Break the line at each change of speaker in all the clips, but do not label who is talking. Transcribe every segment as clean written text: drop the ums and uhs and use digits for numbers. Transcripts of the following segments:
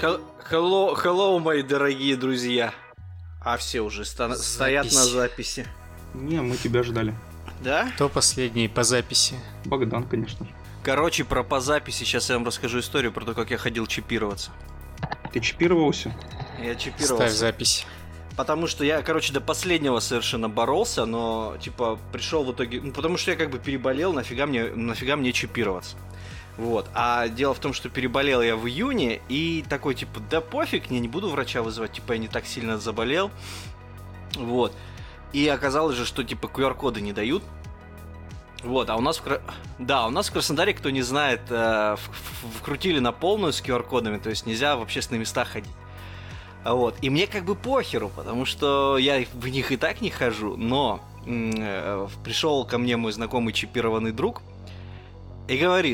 Hello, мои дорогие друзья. А все уже стоят на записи.
Не, мы тебя ждали.
Да?
Кто последний по записи?
Богдан, конечно же.
Короче, по записи сейчас я вам расскажу историю про то, как я ходил чипироваться.
Ты чипировался?
Я чипировался.
Ставь запись.
Потому что я, до последнего совершенно боролся, но, пришел в итоге... Ну, потому что я переболел, нафига мне чипироваться. Вот. А дело в том, что переболел я в июне, и такой, да пофиг, я не буду врача вызывать, я не так сильно заболел. Вот. И оказалось же, что, QR-коды не дают. Вот, а у нас в Краснодаре, кто не знает, вкрутили на полную с QR-кодами, то есть нельзя в общественные места ходить. Вот, и мне похеру, потому что я в них и так не хожу, но пришел ко мне мой знакомый чипированный друг и говорит,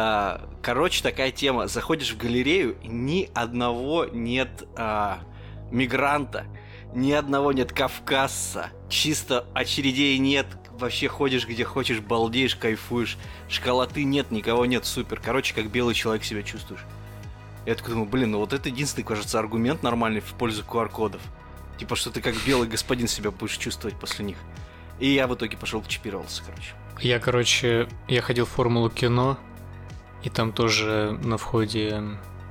такая тема, заходишь в галерею, ни одного нет мигранта, ни одного нет кавказца, чисто очередей нет, вообще ходишь где хочешь, балдеешь, кайфуешь, школоты нет, никого нет, супер, как белый человек себя чувствуешь. Я такой думаю, это единственный, кажется, аргумент нормальный в пользу QR-кодов. Что ты как белый господин себя будешь чувствовать после них. И я в итоге пошел почипировался,
Я ходил в Формулу кино, и там тоже на входе...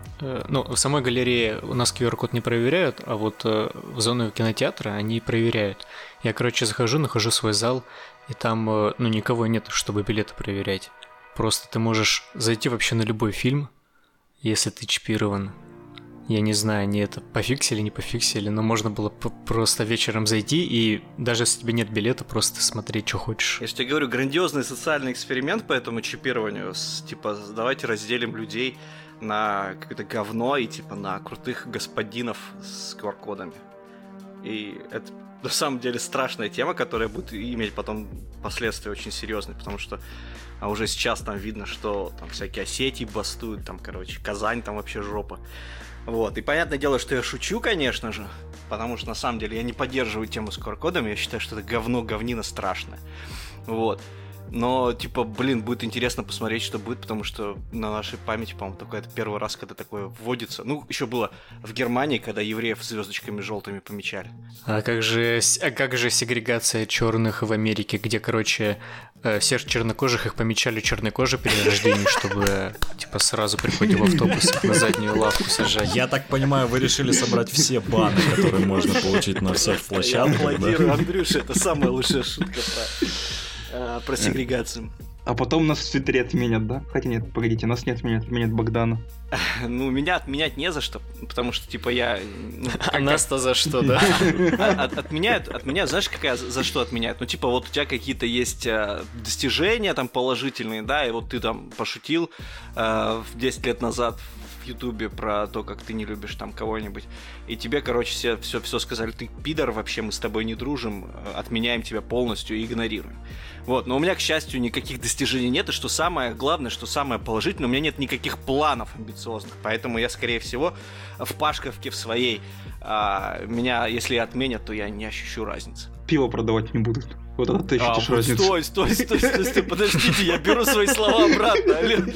в самой галерее у нас QR-код не проверяют, а вот в зону кинотеатра они проверяют. Я, захожу, нахожу свой зал, и там, никого нет, чтобы билеты проверять. Просто ты можешь зайти вообще на любой фильм, если ты чипирован. Я не знаю, они это пофиксили, не пофиксили, но можно было просто вечером зайти и даже если у тебя нет билета, просто смотреть, что хочешь.
Я же тебе говорю, грандиозный социальный эксперимент по этому чипированию. Давайте разделим людей на какое-то говно и на крутых господинов с QR-кодами. И это на самом деле страшная тема, которая будет иметь потом последствия очень серьезные, потому что уже сейчас там видно, что там всякие Осетии бастуют, Казань там вообще жопа. Вот, и понятное дело, что я шучу, конечно же, потому что на самом деле я не поддерживаю тему с QR-кодами, я считаю, что это говнина страшное. Вот. Но, будет интересно посмотреть, что будет, потому что на нашей памяти, по-моему, это первый раз, когда такое вводится. Еще было в Германии, когда евреев звездочками желтыми помечали.
А как же сегрегация черных в Америке, где, всех чернокожих их помечали черной кожей при рождении, чтобы, сразу при входе в автобус их на заднюю лавку сажать.
Я так понимаю, вы решили собрать все баны, которые можно получить на всех площадках.
Я аплодирую, Андрюша, это самая лучшая шутка про сегрегацию.
А потом нас в Твиттере отменят, да? Хотя нет, погодите, нас не отменят Богдана.
Меня отменять не за что, потому что, я...
нас-то за что, да?
Отменяют, знаешь, за что отменяют? Вот у тебя какие-то есть достижения там положительные, да, и вот ты там пошутил 10 лет назад в Ютубе про то, как ты не любишь там кого-нибудь, и тебе, все сказали, ты пидор, вообще мы с тобой не дружим, отменяем тебя полностью и игнорируем. Вот, но у меня, к счастью, никаких достижений нет, и что самое главное, что самое положительное, у меня нет никаких планов амбициозных, поэтому я, скорее всего, в пашковке в своей, меня, если отменят, то я не ощущу разницы.
Пиво продавать не будут. Вот это ты ощутишь разницу.
Стой, подождите, я беру свои слова обратно, алло.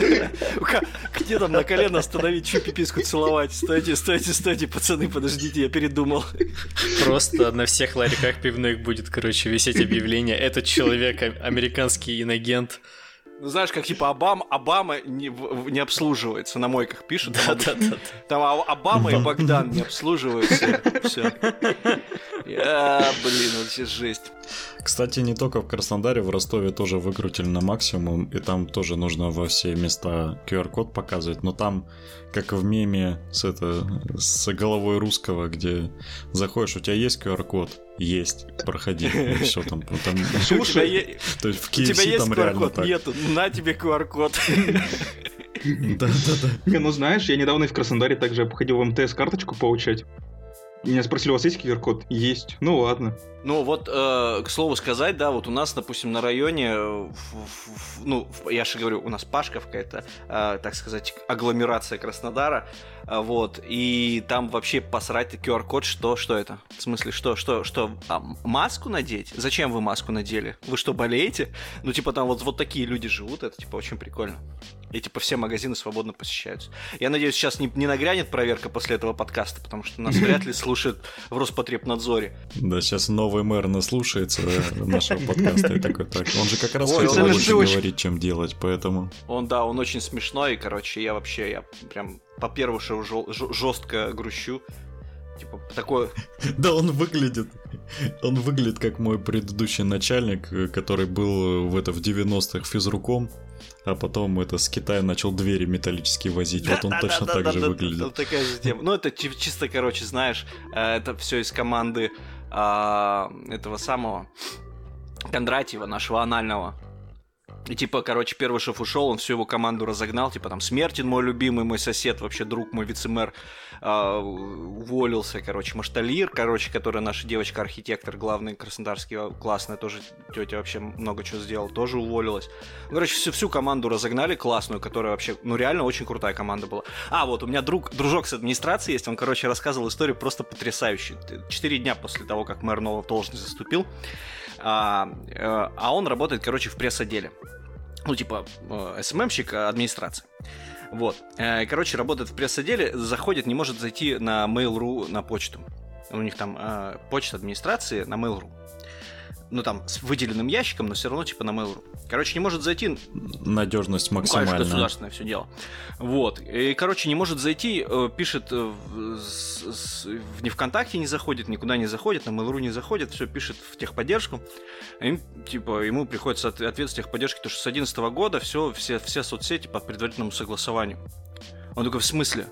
Где там на колено остановить, чью пиписку целовать? Стойте, пацаны, подождите, я передумал.
Просто на всех ларьках пивных будет, висеть объявление: этот человек американский инагент.
Ну, знаешь, как Обама не обслуживается, на мойках пишут. Там Обама и Богдан не обслуживаются. Все. Вообще жесть.
Кстати, не только в Краснодаре, в Ростове тоже выкрутили на максимум, и там тоже нужно во все места QR-код показывать, но там, как в меме с головой русского, где заходишь, у тебя есть QR-код? Есть, проходи, и все там.
Слушай,
то есть в
KFC у тебя есть
там реально
QR-код?
так.
Нету, на тебе QR-код.
Да.
Не, знаешь, я недавно в Краснодаре также походил в МТС карточку получать. Меня спросили, у вас есть QR-код? Есть. Ну ладно.
Ну вот, к слову сказать, да, вот у нас, допустим, на районе, я же говорю, у нас Пашковка, это, так сказать, агломерация Краснодара, вот, и там вообще посрать QR-код, что это? В смысле, что, маску надеть? Зачем вы маску надели? Вы что, болеете? Ну, типа, там вот такие люди живут, это, типа, очень прикольно. И, типа, все магазины свободно посещаются. Я надеюсь, сейчас не нагрянет проверка после этого подкаста, потому что нас вряд ли слушают в Роспотребнадзоре.
Да, сейчас новый мэр наслушается нашего подкаста и такой, так, он же как раз
Ой,
хотел
он
больше
же очень-
говорить, чем делать, поэтому...
Он очень смешной, и, короче, я прям по первому жестко грущу. Типа, такое...
Да, он выглядит как мой предыдущий начальник, который был в 90-х физруком, а потом с Китая начал двери металлические возить. Вот он точно так же выглядит.
Такая же тема. Ну, это чисто, короче, знаешь, это все из команды этого самого Кондратьева, нашего анального. И типа, короче, первый шеф ушел, он всю его команду разогнал, типа там Смертин, мой любимый, мой сосед, вообще друг, мой вице-мэр, уволился, короче, Машталир, короче, которая наша девочка-архитектор, главный краснодарский, классная, тоже тетя вообще много чего сделала, тоже уволилась. Короче, всю команду разогнали, классную, которая вообще, ну реально очень крутая команда была. А, вот у меня дружок с администрации есть, он, короче, рассказывал историю просто потрясающую. 4 дня после того, как мэр нового в должность заступил, а он работает, короче, в пресс-отделе. Ну, типа, СММщик администрации. Вот. Короче, работает в пресс-отделе, заходит, не может зайти на Mail.ru на почту. У них там почта администрации на Mail.ru. Ну, там, с выделенным ящиком, но все равно, типа, на Mail.ru. Короче, не может зайти...
Надежность максимальная.
Конечно, государственное все дело. Вот. И, короче, не может зайти, пишет не ВКонтакте не заходит, никуда не заходит, на Mail.ru не заходит, все пишет в техподдержку. И, типа, ему приходится ответ с техподдержки, потому что с 2011 года все соцсети по предварительному согласованию. Он такой, в смысле?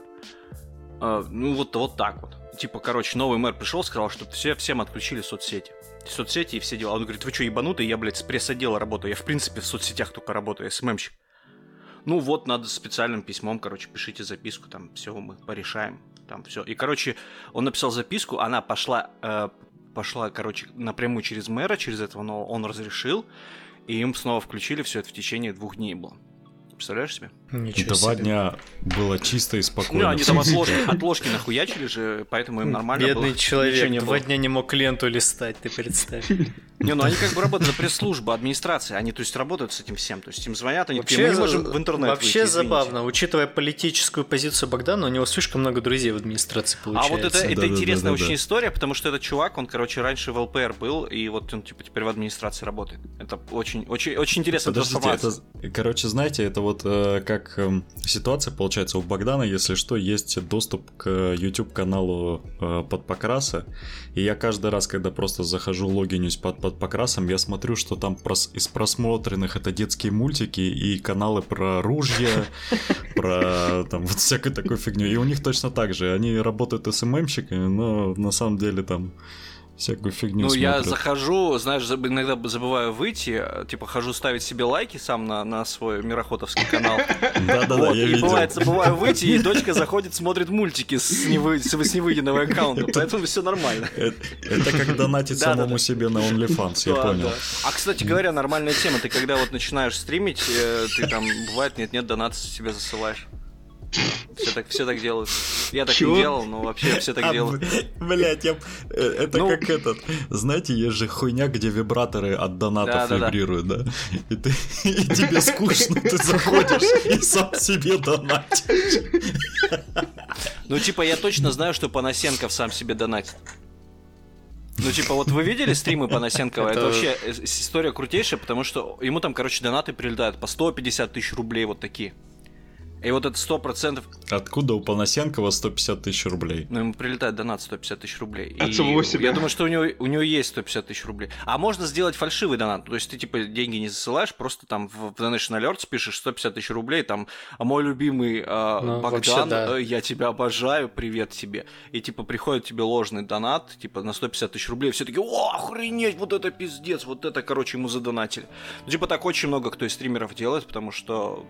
Ну, вот так вот. Типа, короче, новый мэр пришел, сказал, что всем отключили соцсети и все дела. Он говорит, вы что, ебанутые? Я, блядь, с пресс-отдела работаю. Я, в принципе, в соцсетях только работаю, я СММщик. Ну вот, надо специальным письмом, короче, пишите записку, там, все мы порешаем, там, все. И, короче, он написал записку, она пошла, короче, напрямую через мэра, через этого, но он разрешил, и им снова включили, все это в течение 2 дней было. Представляешь себе?
Ничего
2
себе.
дня было чисто и спокойно.
Ну, они там отложки нахуячили же, поэтому им нормально было.
Бедный человек,
не
2
было.
дня не мог ленту листать, ты представь.
Не, ну они как бы работают за пресс-службу, администрации, они, то есть, работают с этим всем, то есть им звонят, они такие, мы не можем в интернет
Вообще
выйти, извините.
забавно, учитывая политическую позицию Богдана, у него слишком много друзей в администрации получается.
А вот это
Да-да-да-да-да.
интересная очень история, потому что этот чувак, он, короче, раньше в ЛПР был, и вот он, типа, теперь в администрации работает. Это очень интересная трансформация.
Короче, знаете, это вот как ситуация получается у Богдана, если что, есть доступ к YouTube-каналу под Покраса, и я каждый раз, когда просто захожу, логинюсь под Покрасом, я смотрю, что там из просмотренных это детские мультики и каналы про ружья, про там вот всякую такую фигню, и у них точно так же, они работают СММщиками, но на самом деле там всякую фигню смотрят.
Я захожу, знаешь, иногда забываю выйти, типа хожу ставить себе лайки сам на свой мирохотовский канал.
Да-да-да,
Вот,
я
и
видел.
бывает, забываю выйти, и дочка заходит, смотрит мультики с невыеденного аккаунта, поэтому все нормально.
Это как донатить
Да-да-да.
самому себе на OnlyFans, я
Да,
понял.
да. А, кстати говоря, нормальная тема, ты когда вот начинаешь стримить, ты там, бывает, нет, донат себе засылаешь. Все так делают. Я так
Чего?
не делал, но вообще все так делают.
Блять, это
Ну.
как этот. Знаете, есть же хуйня, где вибраторы от донатов
Да-да-да.
вибрируют, да? И тебе скучно, ты заходишь и сам себе донатишь.
Ну, типа, я точно знаю, что Панасенков сам себе донатит. Ну, типа, вот вы видели стримы Панасенкова? Это вообще история крутейшая, потому что ему там, короче, донаты прилетают по 150 тысяч рублей вот такие. И вот это 100%...
Откуда у Панасенкова 150 тысяч рублей?
Ну, ему прилетает донат 150 тысяч рублей.
От
И
самого себя.
я думаю, что у него есть 150 тысяч рублей. А можно сделать фальшивый донат. То есть ты, типа, деньги не засылаешь, просто там в Donation Alerts пишешь 150 тысяч рублей, там, мой любимый
вообще,
Богдан,
да.
я тебя обожаю, привет тебе. И, типа, приходит тебе ложный донат, типа, на 150 тысяч рублей, все такие, о, охренеть, вот это пиздец, вот это, короче, ему задонатили. Ну, типа, так очень много кто из стримеров делает, потому что,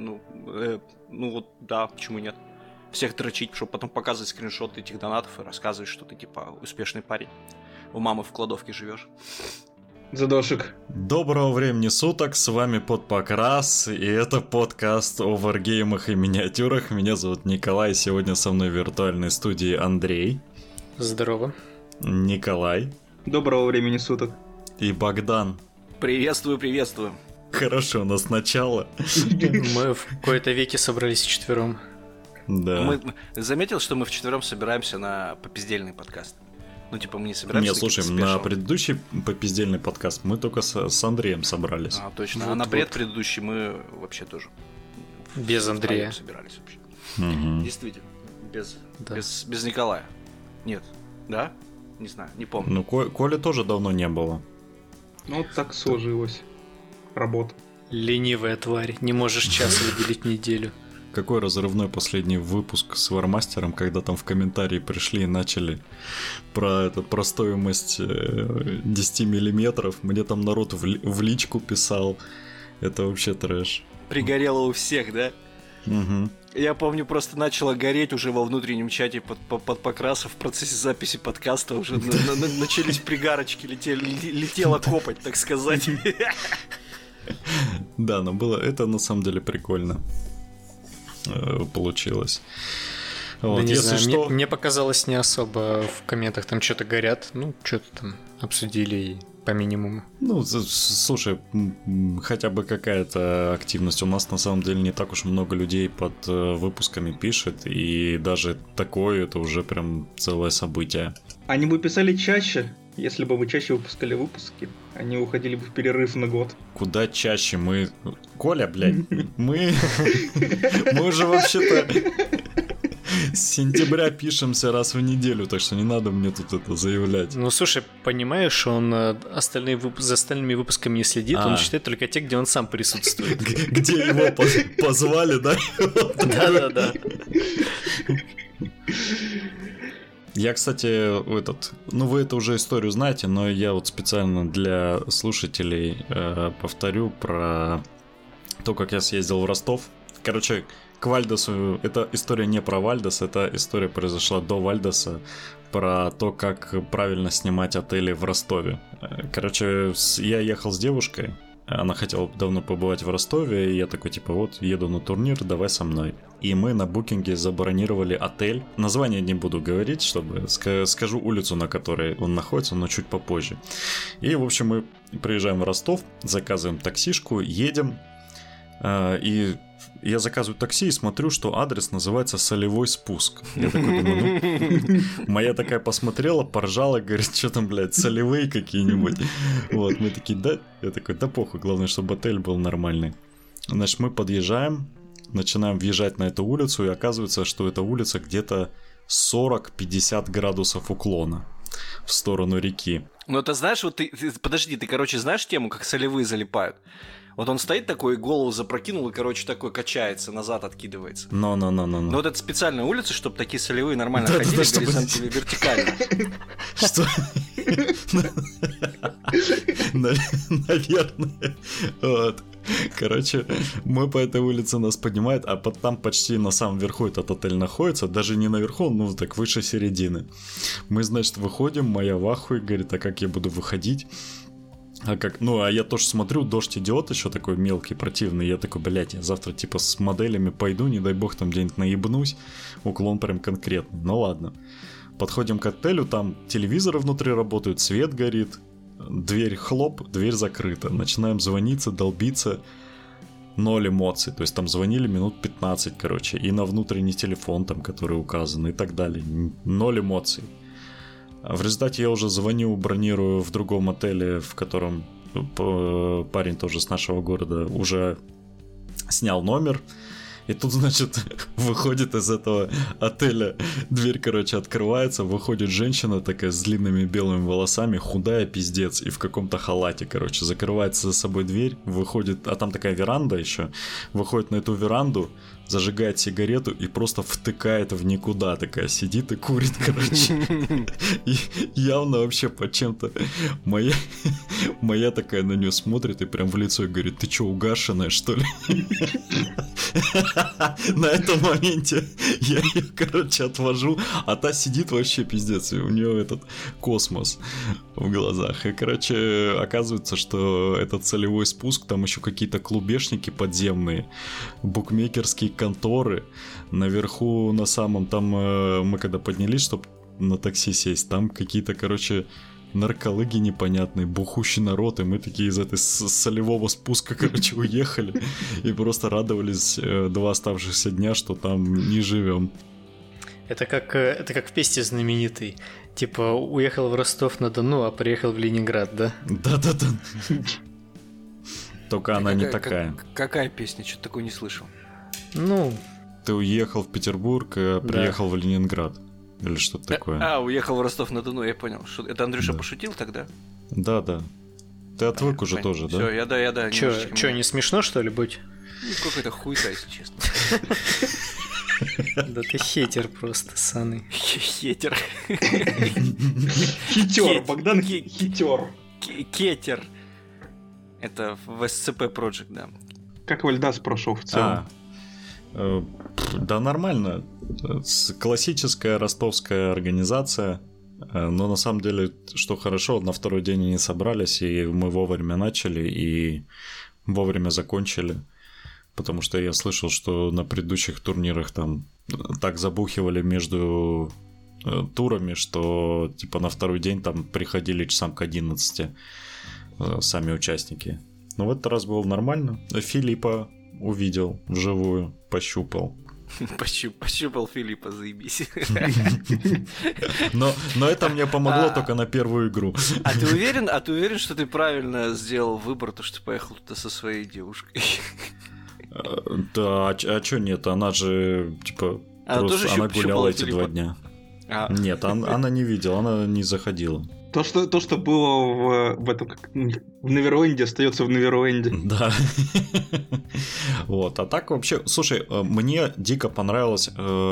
ну вот, да, почему нет? Всех дрочить, чтобы потом показывать скриншоты этих донатов и рассказывать, что ты, типа, успешный парень. у мамы в кладовке живешь.
Задошек.
Доброго времени суток, с вами Подпокрас, и это подкаст о варгеймах и миниатюрах. Меня зовут Николай, сегодня со мной в виртуальной студии Андрей.
Здорово.
Николай.
Доброго времени суток.
И Богдан.
Приветствую.
Хорошо, но сначала.
Мы в кои-то веки собрались вчетвером.
Да.
Заметил, что мы вчетвером собираемся на попиздельный подкаст? Ну, типа, мы не собираемся.
Не, слушай, на предыдущий попиздельный подкаст мы только с Андреем собрались.
А, точно.
Вот,
а на бред предыдущий мы вообще тоже.
Без Андрея.
Собирались вообще.
Угу.
Действительно. Без Николая. Нет. Да? Не знаю, не помню.
Ну, Коли тоже давно не было.
Ну, так сложилось. Работа.
Ленивая тварь. Не можешь час выделить неделю.
Какой разрывной последний выпуск с Вармастером, когда там в комментарии пришли и начали про стоимость 10 миллиметров. Мне там народ в личку писал. Это вообще трэш.
Пригорело у всех, да?
Угу.
Я помню, просто начало гореть уже во внутреннем чате под Покрасов в процессе записи подкаста. Уже начались пригарочки, летела копоть, так сказать.
Да, но было это на самом деле прикольно получилось. Вот,
да не
если
знаю,
что...
мне показалось не особо в комментах там что-то горят. Ну, что-то там обсудили и по минимуму.
Ну, слушай, хотя бы какая-то активность. У нас на самом деле не так уж много людей под выпусками пишет, и даже такое это уже прям целое событие.
Они бы писали чаще, если бы вы чаще выпускали выпуски. Они уходили бы в перерыв на год.
Куда чаще мы... Коля, блядь, мы уже вообще-то с сентября пишемся раз в неделю, так что не надо мне тут это заявлять.
Ну, слушай, понимаешь, он за остальными выпусками не следит, он читает только те, где он сам присутствует.
Где его позвали, да?
Да-да-да.
Я, кстати, вы эту уже историю знаете, но я вот специально для слушателей повторю про то, как я съездил в Ростов. Короче, к Вальдесу, эта история не про Вальдес, эта история произошла до Вальдеса, про то, как правильно снимать отели в Ростове. Короче, я ехал с девушкой, она хотела давно побывать в Ростове, и я такой, типа, вот, еду на турнир, давай со мной. И мы на букинге забронировали отель. Название не буду говорить, чтобы... Скажу улицу, на которой он находится, но чуть попозже. И, в общем, мы приезжаем в Ростов, заказываем таксишку, едем. И я заказываю такси и смотрю, что адрес называется «Солевой спуск». Я такой думаю, моя такая посмотрела, поржала, говорит, что там, блядь, солевые какие-нибудь. Вот, мы такие, да? Я такой, да похуй, главное, чтобы отель был нормальный. Значит, мы подъезжаем, начинаем въезжать на эту улицу, и оказывается, что эта улица где-то 40-50 градусов уклона в сторону реки.
Ну, это знаешь, вот подожди, ты, короче, знаешь тему, как солевые залипают? Вот он стоит такой, голову запрокинул и, короче, такой качается, назад откидывается.
Но.
Ну вот это специальная улица, чтобы такие солевые нормально ходили, горизонтально, вертикально.
Что? Наверное. Вот. Короче, мы по этой улице нас поднимают, а там почти на самом верху этот отель находится, даже не наверху, ну так выше середины. Мы, значит, выходим, моя в ахуе, говорит, а как я буду выходить? А я тоже смотрю, дождь идет еще такой мелкий, противный. Я такой, блядь, я завтра типа с моделями пойду, не дай бог там где-нибудь наебнусь. Уклон прям конкретный. Ну ладно. Подходим к отелю, там телевизоры внутри работают, свет горит. Дверь хлоп, дверь закрыта. Начинаем звониться, долбиться. 0 эмоций. То есть там звонили минут 15, короче. И на внутренний телефон там, который указан и так далее. 0 эмоций. В результате я уже звоню, бронирую в другом отеле, в котором парень тоже с нашего города уже снял номер. И тут, значит, выходит из этого отеля, дверь, короче, открывается, выходит женщина такая с длинными белыми волосами, худая пиздец, и в каком-то халате, короче, закрывается за собой дверь, выходит, а там такая веранда еще, выходит на эту веранду, зажигает сигарету и просто втыкает в никуда. Такая сидит и курит, короче. И явно вообще по чем-то моя такая на нее смотрит и прям в лицо и говорит: ты что, угашенная, что ли? На этом моменте я ее, короче, отвожу, а та сидит вообще пиздец, и у нее этот космос в глазах. И, короче, оказывается, что это целевой спуск, там еще какие-то клубешники подземные, букмекерские конторы. Наверху на самом, там мы когда поднялись, чтобы на такси сесть, там какие-то, короче, нарколыги непонятные, бухущий народ, и мы такие из этой солевого спуска, короче, уехали и просто радовались 2 оставшихся дня, что там не живем.
Это как в песне знаменитой. Типа, уехал в Ростов-на-Дону, а приехал в Ленинград, да?
Да-да-да. Только она не такая.
Какая песня? Что-то такое не слышал.
Ну...
Ты уехал в Петербург, а приехал в Ленинград. Или что-то такое.
Уехал в Ростов-на-Дону, я понял. Это Андрюша пошутил тогда?
Да. Ты отвык уже тоже, да?
Все, я да.
Че, не смешно, что ли, быть?
Какой-то хуйта, если честно.
Да ты хейтер просто, Саны.
Хейтер.
Хитер, Богдан хитер.
Кетер. Это в SCP Project, да.
Как Вальдас прошел в целом?
Да нормально. Классическая ростовская организация. Но на самом деле, что хорошо, на второй день они собрались, и мы вовремя начали, и вовремя закончили. Потому что я слышал, что на предыдущих турнирах там так забухивали между турами, что типа на второй день там приходили часам к 11 сами участники. Но в этот раз было нормально. Филиппа увидел вживую, пощупал.
Пощупал Филиппа, заебись.
Но это мне помогло только на первую игру.
А ты уверен, что ты правильно сделал выбор, то что поехал туда со своей девушкой?
Да, а чё нет? Она же, типа, она гуляла эти 2 дня. Нет, она не видела, она не заходила.
То, что было в этом, в Неверленде, остается в Неверленде.
Да. Вот. А так вообще, слушай, мне дико понравилось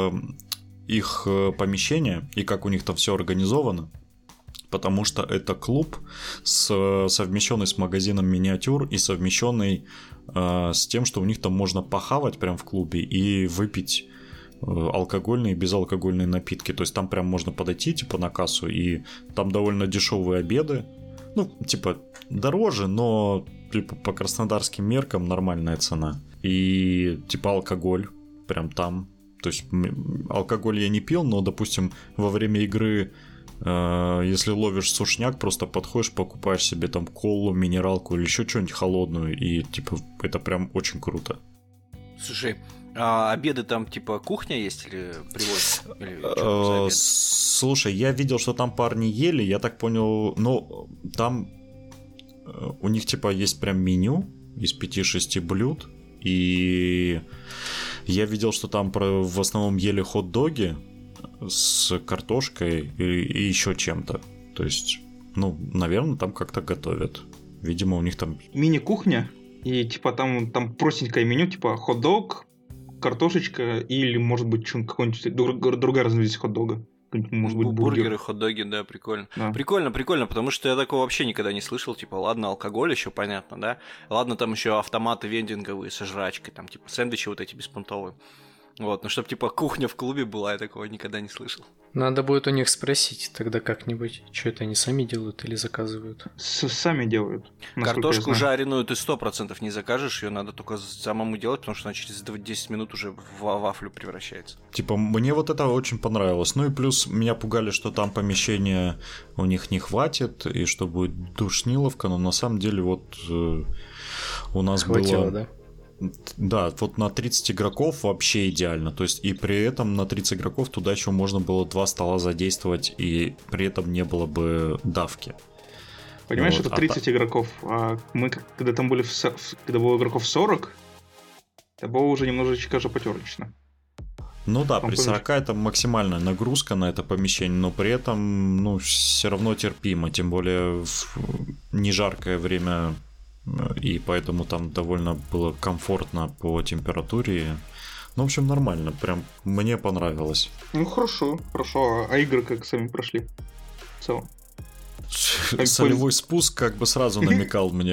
их помещение и как у них там все организовано. Потому что это клуб, совмещенный с магазином миниатюр и совмещенный с тем, что у них там можно похавать прям в клубе и выпить алкогольные и безалкогольные напитки. То есть там прям можно подойти типа на кассу, и там довольно дешевые обеды. Ну, типа дороже, но типа, по краснодарским меркам нормальная цена. И типа алкоголь прям там. То есть алкоголь я не пил, но, допустим, во время игры, если ловишь сушняк, просто подходишь, покупаешь себе там колу, минералку или еще что-нибудь холодную, и типа это прям очень круто.
Слушай, а обеды там типа кухня есть или привозят?
Слушай, я видел, что там парни ели, я так понял, ну там у них типа есть прям меню из 5-6 блюд, и я видел, что там в основном ели хот-доги с картошкой и еще чем-то. То есть, ну, наверное, там как-то готовят. Видимо, у них там...
Мини-кухня, и типа там простенькое меню, типа хот-дог, картошечка или, может быть, какой-нибудь другая разновидность хот-дога. Может быть,
бургеры, хот-доги, да, прикольно. Да. Прикольно, потому что я такого вообще никогда не слышал. Типа, ладно, алкоголь еще понятно, да? Ладно, там еще автоматы вендинговые со жрачкой, там, типа, сэндвичи вот эти беспонтовые. Вот, но чтобы, типа, кухня в клубе была, я такого никогда не слышал.
Надо будет у них спросить тогда как-нибудь, что это они сами делают или заказывают?
Сами делают.
Картошку жареную ты 100% не закажешь, ее надо только самому делать, потому что она через 10 минут уже в вафлю превращается.
Типа, мне вот это очень понравилось. Ну и плюс меня пугали, что там помещения у них не хватит, и что будет душниловка, но на самом деле вот у нас хватило, было... да? Да, вот на 30 игроков вообще идеально. То есть и при этом на 30 игроков туда еще можно было 2 стола задействовать, и при этом не было бы давки.
Понимаешь, вот. Это 30 игроков. А мы, когда там были, когда было игроков 40, это было уже немножечко же потерочно.
Ну да, при 40 это максимальная нагрузка на это помещение, но при этом, ну, все равно терпимо. Тем более в нежаркое время. И поэтому там довольно было комфортно по температуре. Ну, в общем, нормально, прям мне понравилось.
Ну, хорошо. А игры как сами прошли? В целом.
Солевой спуск как бы сразу намекал мне.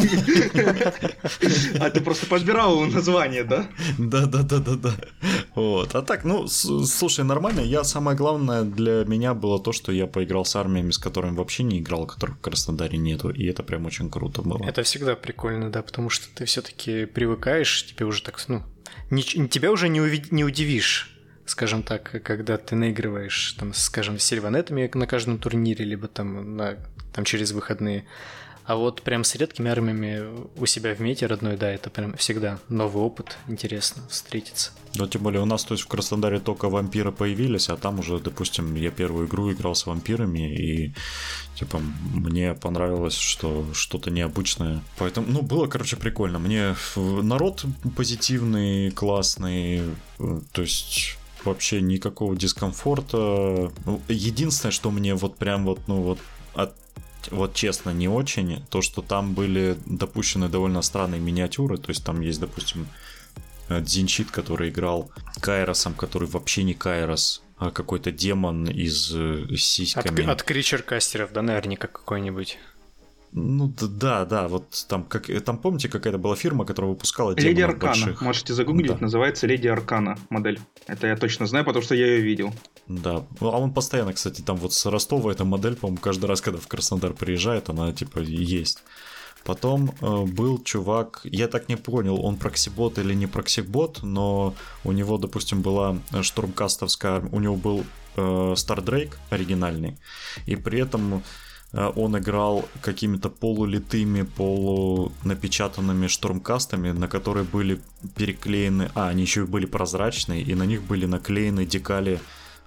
А ты просто подбирал название, да?
Да. Вот. А так, ну, слушай, нормально. Самое главное для меня было то, что я поиграл с армиями, с которыми вообще не играл, которых в Краснодаре нету. И это прям очень круто было.
Это всегда прикольно, да, потому что ты все-таки привыкаешь, тебе уже так, ну, тебя уже не удивишь. Скажем так, когда ты наигрываешь, там, скажем, с сильванетами на каждом турнире, либо там через выходные. А вот прям с редкими армиями у себя в мете родной, да, это прям всегда новый опыт, интересно встретиться.
Да, тем более у нас, то есть в Краснодаре только вампиры появились, а там уже, допустим, я первую игру играл с вампирами, и, типа, мне понравилось, что что-то необычное. Поэтому, ну, было, короче, прикольно. Мне народ позитивный, классный, то есть... Вообще никакого дискомфорта. Единственное, что мне вот прям вот, ну вот честно, не очень, то, что там были допущены довольно странные миниатюры. То есть там есть, допустим, Дзинчит, который играл Кайросом, который вообще не Кайрос, а какой-то демон из сиськами.
От кричер-кастеров, да, наверняка какой-нибудь.
Ну да, вот там, там помните, какая-то была фирма, которая выпускала демонов
Леди Аркана,
больших?
можете загуглить, да. Называется Леди Аркана модель. Это я точно знаю, потому что я ее видел.
Да, а он постоянно, кстати, там вот с Ростова эта модель, по-моему, каждый раз, когда в Краснодар приезжает, она типа есть. Потом был чувак, я так не понял, он проксибот или не проксибот, но у него, допустим, была штурмкастовская, у него был Стардрейк оригинальный, и при этом... Он играл какими-то полулитыми, полунапечатанными штурмкастами, на которые были переклеены... они еще и были прозрачные, и на них были наклеены детали,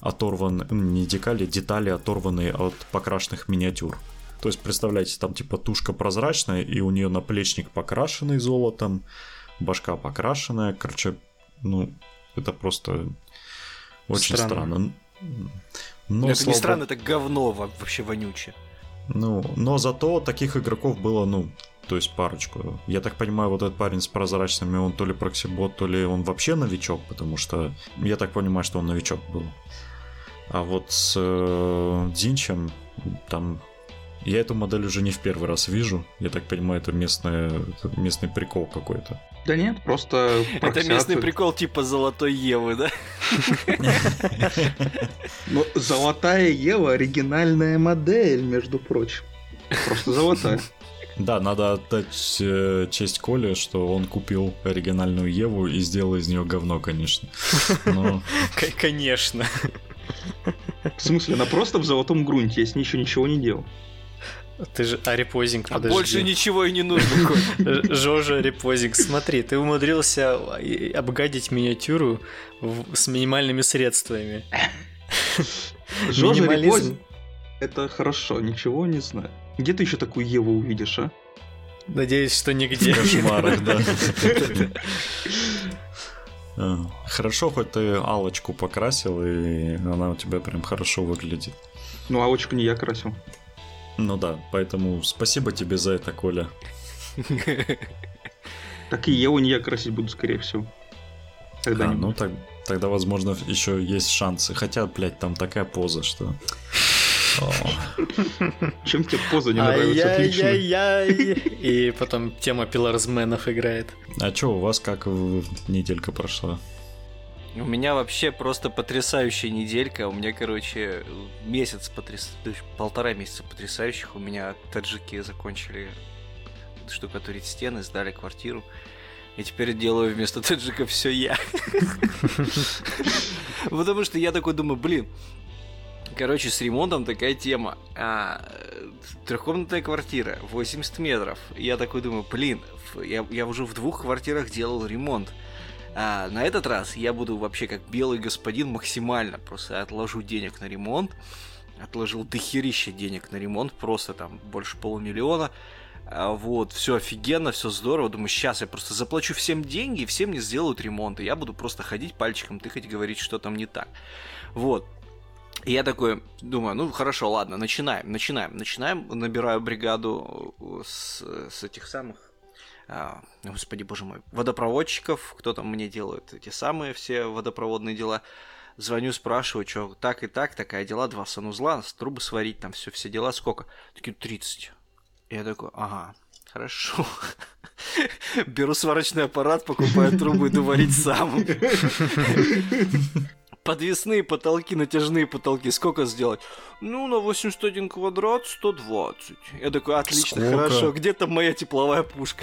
оторванные от покрашенных миниатюр. То есть, представляете, там типа тушка прозрачная, и у нее наплечник покрашенный золотом, башка покрашенная. Короче, ну, это просто очень странно.
Но, это не странно, это говно вообще вонючее.
Ну, но зато таких игроков было, ну, то есть парочку. Я так понимаю, вот этот парень с прозрачными, он то ли проксибот, то ли он вообще новичок, потому что я так понимаю, что он новичок был. А вот с Дзинчем, там, я эту модель уже не в первый раз вижу. Я так понимаю, это местный прикол какой-то.
Да нет, просто...
Это местный прикол типа Золотой Евы, да?
Ну, Золотая Ева — оригинальная модель, между прочим. Просто золотая.
Да, надо отдать честь Коле, что он купил оригинальную Еву и сделал из нее говно, конечно. Но...
Конечно.
В смысле, она просто в золотом грунте, я с ней еще ничего не делал.
Ты же репозинг, подожди.
Больше ничего и не нужно, Коль.
Жожа репозинг, смотри, ты умудрился обгадить миниатюру с минимальными средствами.
Жожа репозинг — это хорошо, ничего не знаю. Где ты еще такую Еву увидишь, а?
Надеюсь, что нигде.
В кошмарах, да. Хорошо, хоть ты Аллочку покрасил, и она у тебя прям хорошо выглядит.
Ну, Аллочку не я красил.
Ну да, поэтому спасибо тебе за это, Коля.
Так и Еву не я красить буду, скорее всего.
Ну тогда, возможно, еще есть шансы. Хотя, блядь, там такая поза, что...
Чем тебе поза не нравится? Отлично.
И потом тема пилорсменов играет.
А что, у вас как неделька прошла?
У меня вообще просто потрясающая неделька. У меня, короче, полтора месяца потрясающих. У меня таджики закончили штукатурить стены, сдали квартиру. И теперь делаю вместо таджика все я. Потому что я такой думаю, блин, короче, с ремонтом такая тема. Трехкомнатная квартира, 80 метров. И я такой думаю, блин, я уже в 2 квартирах делал ремонт. А на этот раз я буду вообще как белый господин максимально. Просто отложу денег на ремонт. Отложил дохерища денег на ремонт. Просто там больше 500 000. Вот, все офигенно, все здорово. Думаю, сейчас я просто заплачу всем деньги, и все мне сделают ремонт. И я буду просто ходить пальчиком тыкать, говорить, что там не так. Вот. И я такой думаю, ну хорошо, ладно, начинаем. Набираю бригаду с этих самых господи, боже мой, водопроводчиков, кто там мне делает эти самые все водопроводные дела. Звоню, спрашиваю, что так и так, такая дела, 2 санузла, трубы сварить, там все дела, сколько? Такие, 30. Я такой, ага, хорошо. Беру сварочный аппарат, покупаю трубы, иду варить сам. Подвесные потолки, натяжные потолки, сколько сделать? Ну, на 81 квадрат 120. Я такой, отлично,
Сколько?
хорошо, где там моя тепловая пушка?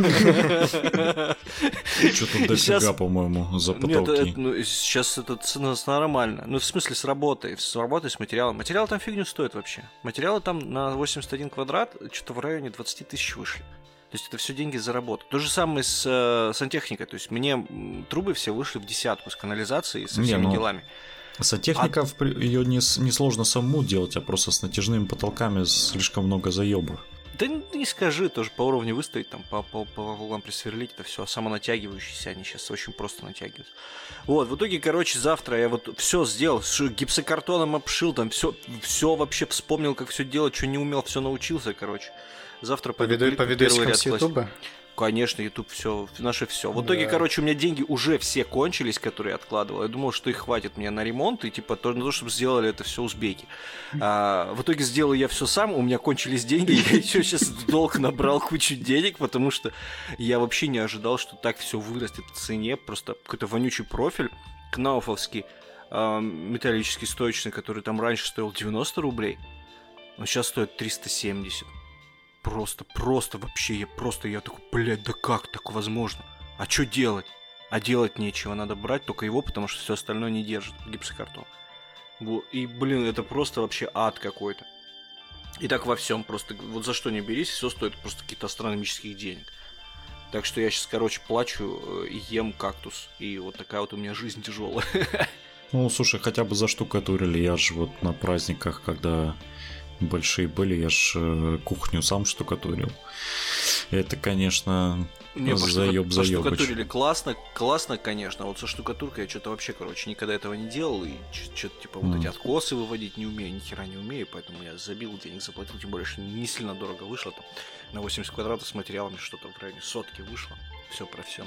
Что-то дофига, по-моему, за потолки.
Нет, сейчас это цена нормально. Ну, в смысле, с работой, с материалом. Материал там фигню стоит вообще. Материалы там на 81 квадрат что-то в районе 20 тысяч вышли. То есть это все деньги за работу. То же самое с сантехникой. То есть мне трубы все вышли в 10 с канализацией, со всеми делами.
Сантехника, ее не сложно самому делать, а просто с натяжными потолками слишком много заебов.
Да не скажи, тоже по уровню выставить, там по углам присверлить, это все самонатягивающиеся, они сейчас очень просто натягиваются. Вот, в итоге, короче, завтра я вот все сделал, гипсокартоном обшил, там все вообще вспомнил, как все делать, что не умел, все научился, короче. Завтра
по видосикам с Ютуба?
Конечно, YouTube все, наше все. В итоге, короче, у меня деньги уже все кончились, которые я откладывал. Я думал, что их хватит мне на ремонт и типа на то, чтобы сделали это все узбеки. В итоге сделал я все сам, у меня кончились деньги, я еще сейчас в долг набрал кучу денег, потому что я вообще не ожидал, что так все вырастет в цене. Просто какой-то вонючий профиль, кнауфовский, металлический стоечный, который там раньше стоил 90 рублей, он сейчас стоит 370. Просто вообще, я такой, блядь, да как так возможно? А что делать? А делать нечего, надо брать только его, потому что все остальное не держит, гипсокартон. И, блин, это просто вообще ад какой-то. И так во всем просто, вот за что не берись, все стоит просто каких-то астрономических денег. Так что я сейчас, короче, плачу и ем кактус, и вот такая вот у меня жизнь тяжелая.
Ну, слушай, хотя бы заштукатурили, я же вот на праздниках, когда... большие были, я ж кухню сам штукатурил. Это, конечно, заёб-заёбыч.
Штукатурили классно, конечно. Вот со штукатуркой я что-то вообще, короче, никогда этого не делал. И что-то типа вот эти откосы выводить не умею, ни хера не умею. Поэтому я забил, денег заплатил. Тем более, что не сильно дорого вышло. Там на 80 квадратов с материалами что-то в районе 100 вышло. Все про все.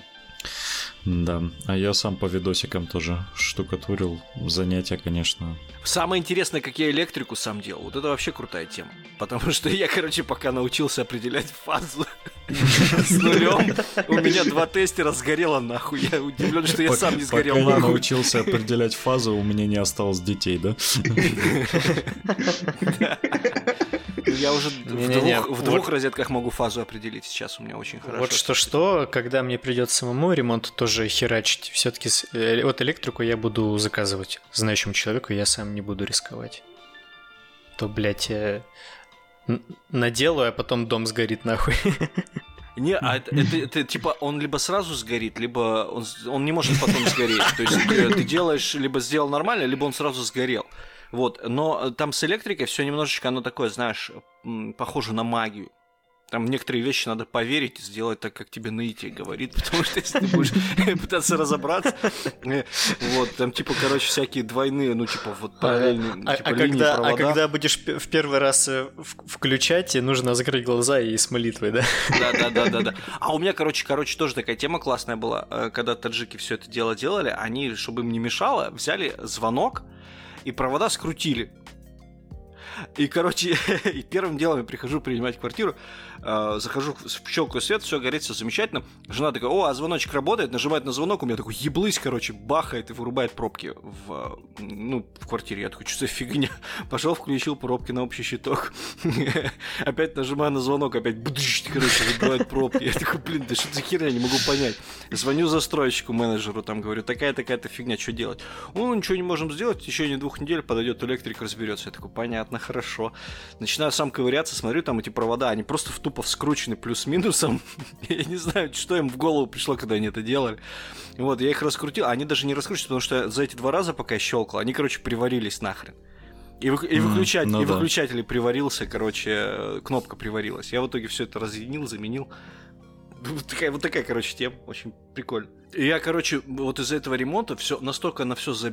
Да, а я сам по видосикам тоже штукатурил. Занятия, конечно.
Самое интересное, как я электрику сам делал. Вот это вообще крутая тема. Потому что я, короче, пока научился определять фазу с нулем, у меня 2 тестера сгорело нахуй. Я удивлен, что я сам не сгорел нахуй.
Пока я научился определять фазу, у меня не осталось детей, да?
Я уже в 2 розетках могу фазу определить. Сейчас у меня очень хорошо.
Вот что, когда мне придется самому ремонт тоже херачить, все-таки вот электрику я буду заказывать знающему человеку, я сам не буду рисковать. То, блядь, наделаю, а потом дом сгорит нахуй.
Не, а это типа он либо сразу сгорит, либо он не может потом сгореть. То есть ты делаешь, либо сделал нормально, либо он сразу сгорел. Вот, но там с электрикой все немножечко, оно такое, знаешь, похоже на магию. Там некоторые вещи надо поверить и сделать так, как тебе наитие говорит, потому что если ты будешь пытаться разобраться, вот, там типа, короче, всякие двойные, ну, типа, вот параллельные линии провода.
А когда будешь в первый раз включать, нужно закрыть глаза и с молитвой, да?
Да. А у меня, короче, тоже такая тема классная была, когда таджики все это дело делали, они, чтобы им не мешало, взяли звонок и провода скрутили. И, короче, и первым делом я прихожу принимать квартиру, захожу, щелкаю свет, все горит, все замечательно. Жена такая, о, а звоночек работает, нажимает на звонок, у меня такой еблысь, короче, бахает и вырубает пробки в квартире. Я такой, что за фигня? Пошел, включил пробки на общий щиток. Опять нажимаю на звонок, опять, короче, выбивает пробки. Я такой, блин, да что за херня, не могу понять. Звоню застройщику, менеджеру, там, говорю, такая-то фигня, что делать? Ну, ничего не можем сделать, в течение 2 недель подойдет электрик, разберется. Я такой, понятно, хорошо. Начинаю сам ковыряться, смотрю, там эти провода, они просто тупо вскручены плюс-минусом. Я не знаю, что им в голову пришло, когда они это делали. Вот, я их раскрутил, а они даже не раскручиваются, потому что за эти 2 раза, пока я щелкал, они, короче, приварились нахрен. И выключатель приварился, короче, кнопка приварилась. Я в итоге все это разъединил, заменил. Вот такая, короче, тема. Очень прикольно. И я, короче, вот из-за этого ремонта настолько на все забил,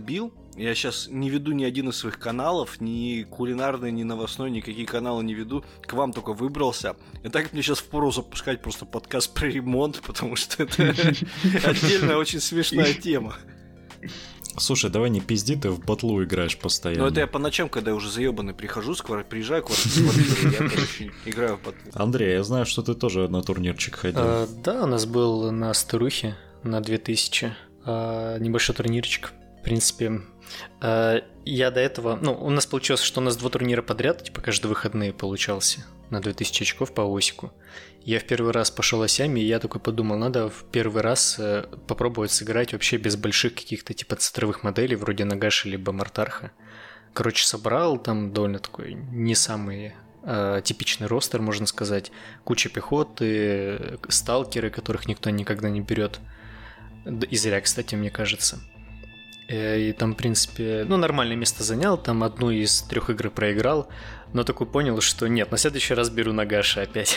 Я сейчас не веду ни один из своих каналов, ни кулинарный, ни новостной, никакие каналы не веду. К вам только выбрался. И так мне сейчас впору запускать просто подкаст про ремонт, потому что это отдельная очень смешная тема.
Слушай, давай не пизди, ты в батлу играешь постоянно.
Ну это я по ночам, когда я уже заебанный прихожу, приезжаю к квартире, я, короче, играю в батлу.
Андрей, я знаю, что ты тоже на турнирчик ходил.
Да, у нас был на Старухе на 2000 небольшой турнирчик. В принципе, я до этого... Ну, у нас получилось, что у нас 2 турнира подряд, типа каждые выходные получался на 2000 очков по осику. Я в первый раз пошел осями, и я такой подумал, надо в первый раз попробовать сыграть вообще без больших каких-то типа центровых моделей, вроде Нагаши либо Мартарха. Короче, собрал там довольно такой не самый типичный ростер, можно сказать. Куча пехоты, сталкеры, которых никто никогда не берет. И зря, кстати, мне кажется. И там, в принципе, нормальное место занял, там одну из 3 игр проиграл, но такой понял, что нет, на следующий раз беру Нагаши опять.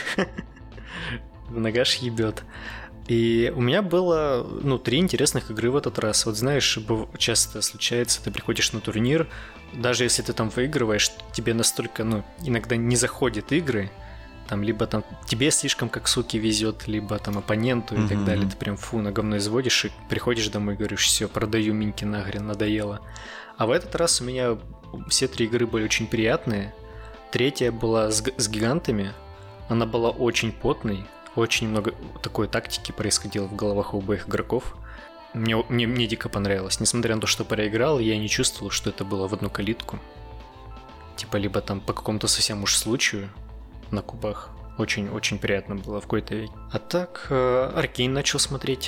Нагаш ебет. И у меня было, 3 интересных игры в этот раз. Вот знаешь, часто случается, ты приходишь на турнир, даже если ты там выигрываешь, тебе настолько, иногда не заходят игры, там, либо там тебе слишком как суки везет, либо там оппоненту и так далее. Ты прям на говно изводишь и приходишь домой и говоришь, все, продаю минки нахрен, надоело. А в этот раз у меня все 3 игры были очень приятные. 3-я была с гигантами. Она была очень потной. Очень много такой тактики происходило в головах у обоих игроков. Мне дико понравилось. Несмотря на то, что проиграл, я не чувствовал, что это было в одну калитку. Типа либо там по какому-то совсем уж случаю на кубах. Очень-очень приятно было в какой-то веке. А так, Аркейн начал смотреть.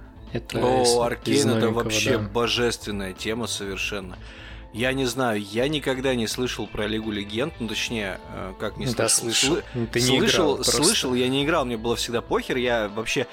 Аркейн это вообще божественная тема совершенно. Я не знаю, я никогда не слышал про Лигу Легенд, точнее, как не слышал.
Да, слышал. Ты не играл просто.
Слышал, я не играл, мне было всегда похер, я вообще...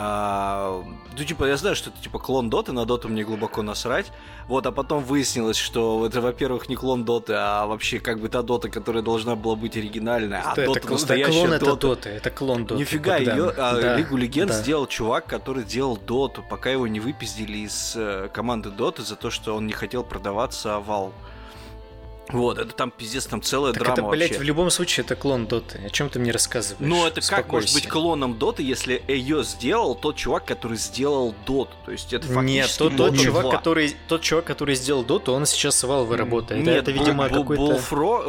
я знаю, что это типа клон Доты, на Доту мне глубоко насрать. Вот, а потом выяснилось, что это, во-первых, не клон Доты, а вообще как бы та Дота, которая должна была быть оригинальная. А Дота настоящая Дота.
Это клон Доты.
Нифига, Лигу Легенд сделал чувак, который делал Доту, пока его не выпиздили из команды Доты за то, что он не хотел продаваться Valve. Вот, это там пиздец, там целая
так
драма
это, блядь,
вообще.
В любом случае это клон Доты. О чем ты мне рассказываешь?
Ну, это как может быть клоном Доты, если ее сделал тот чувак, который сделал Доту? То есть это фактически
Нет, тот чувак, который сделал Доту, он сейчас с Valve работает.
Нет,
это, видимо, какой-то...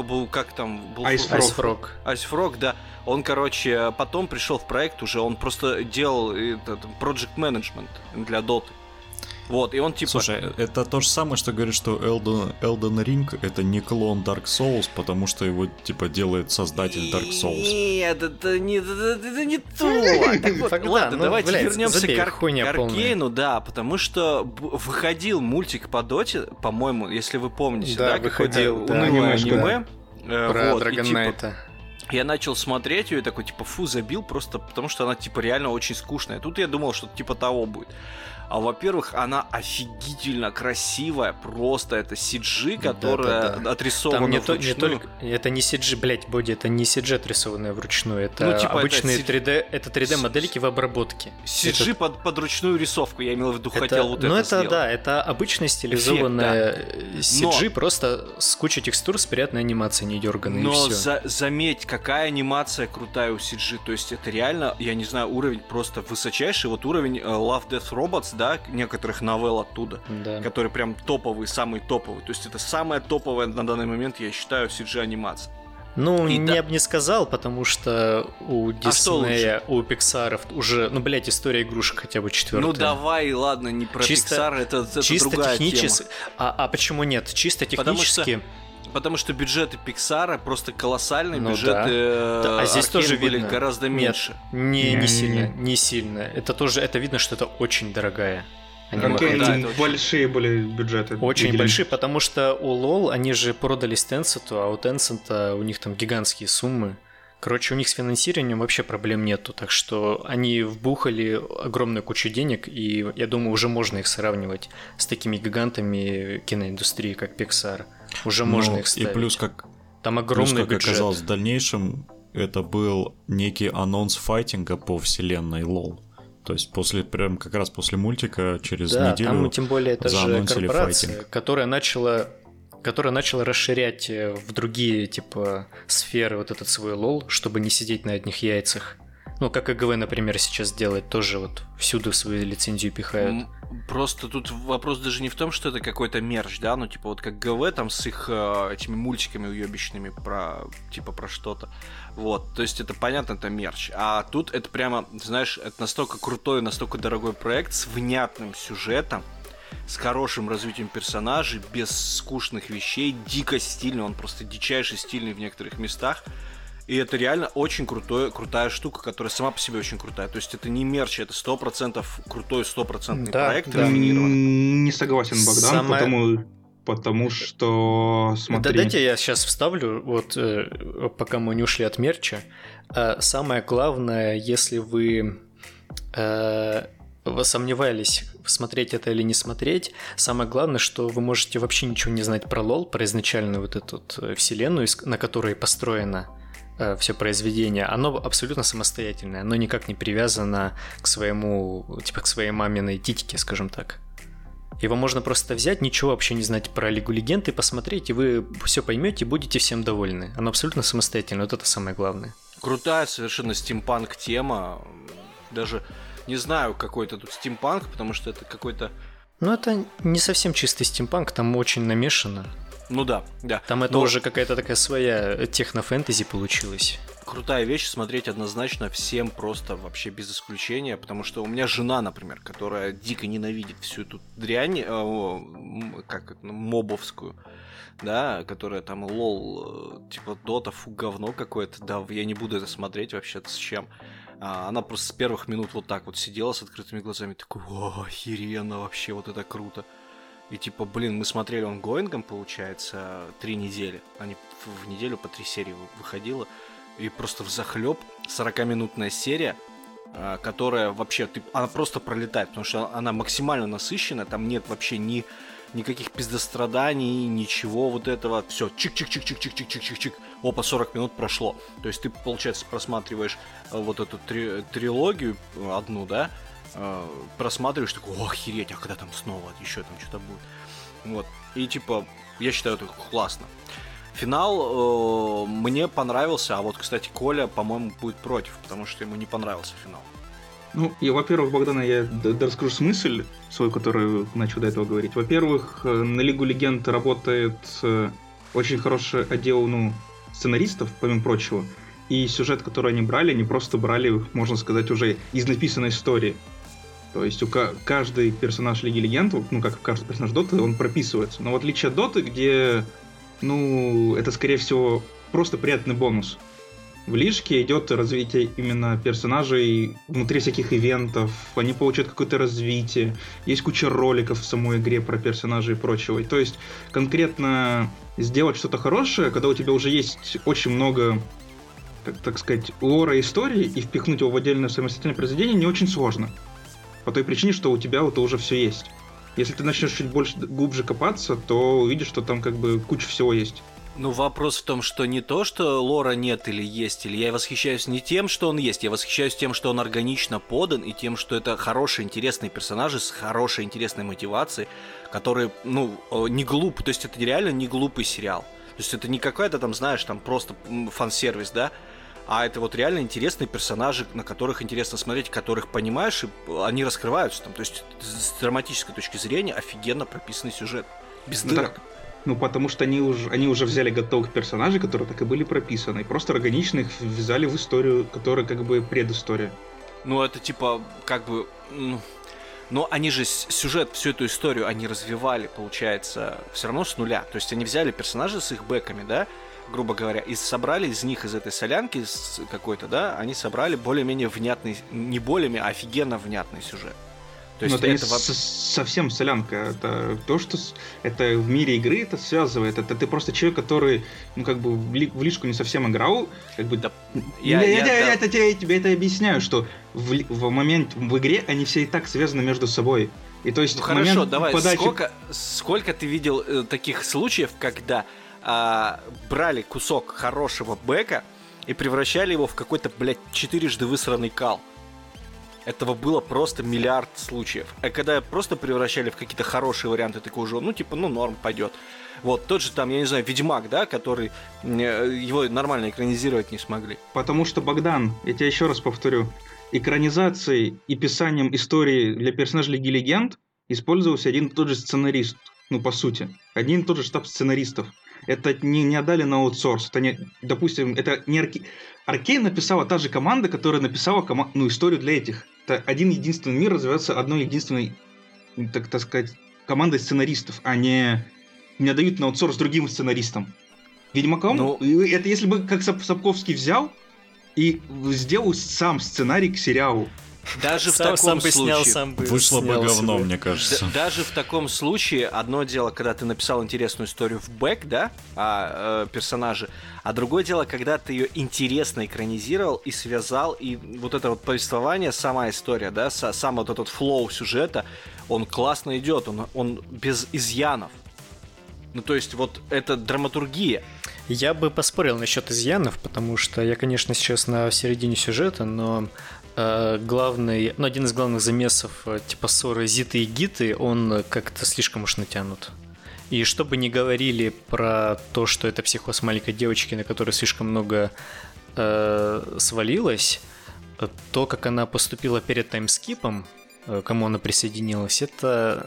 Ice-Frog, да. Он, короче, потом пришел в проект уже, он просто делал project management для Доты. Вот, и он типа...
Слушай, это то же самое, что говорит, что Elden Ring это не клон Dark Souls, потому что его, типа, делает создатель Dark Souls.
Нет, это не то. Ладно, давайте вернемся к Аркейну, да, потому что выходил мультик по Доте, по-моему, если вы помните, да,
выходил
унылое аниме.
Про Dragon Knight.
Я начал смотреть ее и такой, типа, забил просто потому, что она, типа, реально очень скучная. Тут я думал, что типа того будет. А, во-первых, она офигительно красивая, просто это CG, которая отрисована вручную.
Это не CG, блять, Боди, это не CG отрисованная вручную, это обычные 3D модельки в обработке.
CG под ручную рисовку, я имел в виду, хотел вот это сделать.
Да, это обычная стилизованная CG, просто с кучей текстур, с приятной анимацией, не дерганой, и все.
Но заметь, какая анимация крутая у CG, то есть это реально, я не знаю, уровень просто высочайший, вот уровень Love, Death, Robots, да, некоторых новелл оттуда, которые прям топовые, самые топовые. То есть это самая топовая на данный момент, я считаю, CG-анимация.
Ну, я бы не сказал, потому что у Диснея, у Pixar уже, история игрушек хотя бы 4.
Ну давай, ладно, не про Pixar, это другая тема.
А почему нет? Чисто технически...
Потому что бюджеты Pixar просто колоссальные, бюджеты
здесь тоже
были
видно.
Гораздо меньше.
Не сильно. Это видно, что это очень дорогая.
Большие были бюджеты.
Очень большие, потому что у LoL они же продались Tencent, а у Tencent у них там гигантские суммы. Короче, у них с финансированием вообще проблем нету, так что они вбухали огромную кучу денег, и я думаю, уже можно их сравнивать с такими гигантами киноиндустрии, как Pixar. Уже можно их ставить.
И плюс,
там огромный бюджет.
Как оказалось, в дальнейшем это был некий анонс файтинга по вселенной LoL. То есть прям как раз после мультика через
Да,
неделю
там тем более это же
заанонсили
корпорация,
файтинг.
которая начала расширять в другие, типа, сферы вот этот свой лол, чтобы не сидеть на одних яйцах. Ну, как ИГВ, например, сейчас делает, тоже вот всюду свою лицензию пихают.
Просто тут вопрос даже не в том, что это какой-то мерч, да, ну, типа, вот как ГВ там с их этими мультиками уебищными про что-то. Вот, то есть это понятно, это мерч. А тут это прямо, знаешь, это настолько крутой, настолько дорогой проект с внятным сюжетом, с хорошим развитием персонажей, без скучных вещей, дико стильный, он просто дичайше стильный в некоторых местах. И это реально очень крутая штука, которая сама по себе очень крутая. То есть это не мерч, это 100% крутой, 100% проект рафинированный.
Не согласен, Богдан, потому что, смотри...
Да дайте я сейчас вставлю, вот пока мы не ушли от мерча. Самое главное, если вы сомневались, смотреть это или не смотреть, самое главное, что вы можете вообще ничего не знать про лол, про изначальную вот эту вселенную, на которой построено все произведение, оно абсолютно самостоятельное, оно никак не привязано к своему, типа, к своей маминой титике, скажем так. Его можно просто взять, ничего вообще не знать про Лигу Легенд и посмотреть, и вы все поймете и будете всем довольны. Оно абсолютно самостоятельное, вот это самое главное.
Крутая совершенно стимпанк тема, даже не знаю, какой это тут стимпанк, потому что это какой-то...
Ну, это не совсем чистый стимпанк, там очень намешано.
Ну да, да.
Там это уже какая-то такая своя техно-фэнтези получилась.
Крутая вещь, смотреть однозначно всем просто вообще без исключения, потому что у меня жена, например, которая дико ненавидит всю эту дрянь, мобовскую, да, которая там лол, типа дота, фу, говно какое-то, да, я не буду это смотреть вообще-то, с чем. Она просто с первых минут вот так вот сидела с открытыми глазами, такой, о, охеренно вообще, вот это круто. И типа, блин, мы смотрели онгоингом, получается, 3 недели. Они в неделю по 3 серии выходило. И просто взахлеб 40-минутная серия, которая вообще, она просто пролетает, потому что она максимально насыщенная, там нет вообще никаких пиздостраданий, ничего вот этого. Все, чик-чик-чик-чик-чик-чик-чик-чик. Опа, 40 минут прошло. То есть ты, получается, просматриваешь вот эту трилогию одну, да, просматриваешь, такой, о, охереть, а когда там снова еще там что-то будет. Вот. И типа, я считаю, это классно. Финал мне понравился, а вот, кстати, Коля, по-моему, будет против, потому что ему не понравился финал.
Ну, и, во-первых, Богдана, я расскажу смысл свой, который начал до этого говорить. Во-первых, на Лигу Легенд работает очень хороший отдел, сценаристов, помимо прочего. И сюжет, который они брали, они просто брали, можно сказать, уже из написанной истории. То есть каждый персонаж Лиги Легенд, как каждый персонаж Доты, он прописывается. Но в отличие от Доты, где, это, скорее всего, просто приятный бонус. В Лишке идет развитие именно персонажей внутри всяких ивентов, они получают какое-то развитие, есть куча роликов в самой игре про персонажей и прочего. То есть конкретно сделать что-то хорошее, когда у тебя уже есть очень много, так сказать, лора истории, и впихнуть его в отдельное самостоятельное произведение не очень сложно. По той причине, что у тебя это уже все есть. Если ты начнешь чуть глубже копаться, то увидишь, что там как бы куча всего есть.
Ну, вопрос в том, что не то, что лора нет или есть, или я восхищаюсь не тем, что он есть, я восхищаюсь тем, что он органично подан, и тем, что это хорошие, интересные персонажи с хорошей, интересной мотивацией, которые, не глупы, то есть это реально не глупый сериал. То есть это не какая-то там, знаешь, там просто фан-сервис, да, а это вот реально интересные персонажи, на которых интересно смотреть, которых понимаешь, и они раскрываются там. То есть с драматической точки зрения офигенно прописанный сюжет, без дырок.
Потому что они уже взяли готовых персонажей, которые так и были прописаны, и просто органично их ввязали в историю, которая как бы предыстория.
Это типа, как бы... Но они же сюжет, всю эту историю они развивали, получается, все равно с нуля. То есть они взяли персонажей с их бэками, да, грубо говоря, и собрали из них, из этой солянки какой-то, да, они собрали более-менее внятный, не более-менее, а офигенно внятный сюжет. То есть
это совсем солянка. Это то, что это в мире игры это связывает. Это ты просто человек, который, в лишку не совсем играл. Я тебе это объясняю, что в момент в игре они все и так связаны между собой. И то есть
хорошо, давай. Сколько ты видел таких случаев, когда брали кусок хорошего бэка и превращали его в какой-то, 4-жды высранный кал? этого было просто миллиард случаев. А когда просто превращали в какие-то хорошие варианты, такой уже, норм, пойдет. Вот, тот же там, я не знаю, Ведьмак, да, который его нормально экранизировать не смогли.
Потому что, Богдан, я тебе еще раз повторю, экранизацией и писанием истории для персонажей Лиги Легенд использовался один и тот же сценарист, по сути. Один и тот же штаб сценаристов. Это не отдали на аутсорс. Это не, допустим, это не Аркейн написала та же команда, которая написала историю для этих. Это один единственный мир развивается одной единственной, так сказать, командой сценаристов, а не отдают на аутсорс другим сценаристам. Ведьмаком, это если бы как Сапковский взял и сделал сам сценарий к сериалу.
Даже в таком случае
вышло бы говно, мне кажется.
Даже в таком случае одно дело, когда ты написал интересную историю в бэк, да, о персонаже, а другое дело, когда ты ее интересно экранизировал и связал, и вот это вот повествование, сама история, да, сам вот этот флоу сюжета, он классно идет, он без изъянов. То есть вот это драматургия.
Я бы поспорил насчет изъянов, потому что я, конечно, сейчас на середине сюжета, но один из главных замесов типа ссоры Зиты и Гиты, он как-то слишком уж натянут. И что бы ни говорили про то, что это психоз маленькой девочки, на которой слишком много свалилось, то, как она поступила перед таймскипом, кому она присоединилась, это,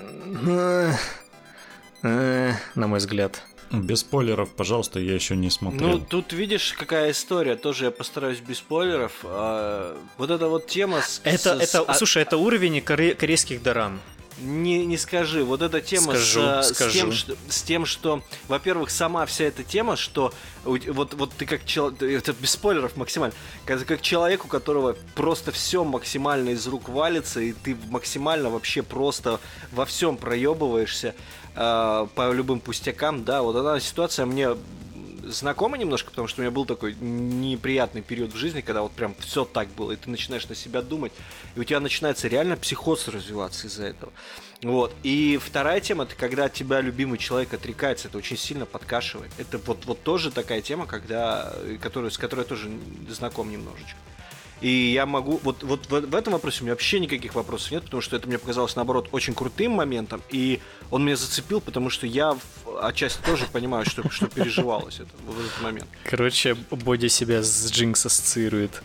на мой взгляд...
Без спойлеров, пожалуйста, я еще не смотрел.
Тут видишь, какая история. Тоже я постараюсь без спойлеров. Вот эта вот тема...
Слушай, это уровень корейских дорам.
Не скажи. Вот эта тема с тем, что, во-первых, сама вся эта тема, что вот ты как человек... Это без спойлеров максимально. Как человек, у которого просто все максимально из рук валится, и ты максимально вообще просто во всем проебываешься по любым пустякам, да, вот эта ситуация мне знакома немножко, потому что у меня был такой неприятный период в жизни, когда вот прям все так было, и ты начинаешь на себя думать, и у тебя начинается реально психоз развиваться из-за этого. Вот. И вторая тема, это когда от тебя любимый человек отрекается, это очень сильно подкашивает. Это вот тоже такая тема, с которой я тоже знаком немножечко. И я могу... Вот в этом вопросе у меня вообще никаких вопросов нет, потому что это мне показалось, наоборот, очень крутым моментом, и он меня зацепил, потому что я отчасти тоже понимаю, что переживалось это в этот момент.
Короче, Боди себя с Джинкс ассоциирует.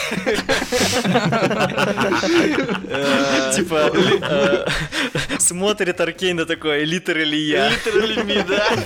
Типа, смотрит Аркейна такой, literally я.
Literally me,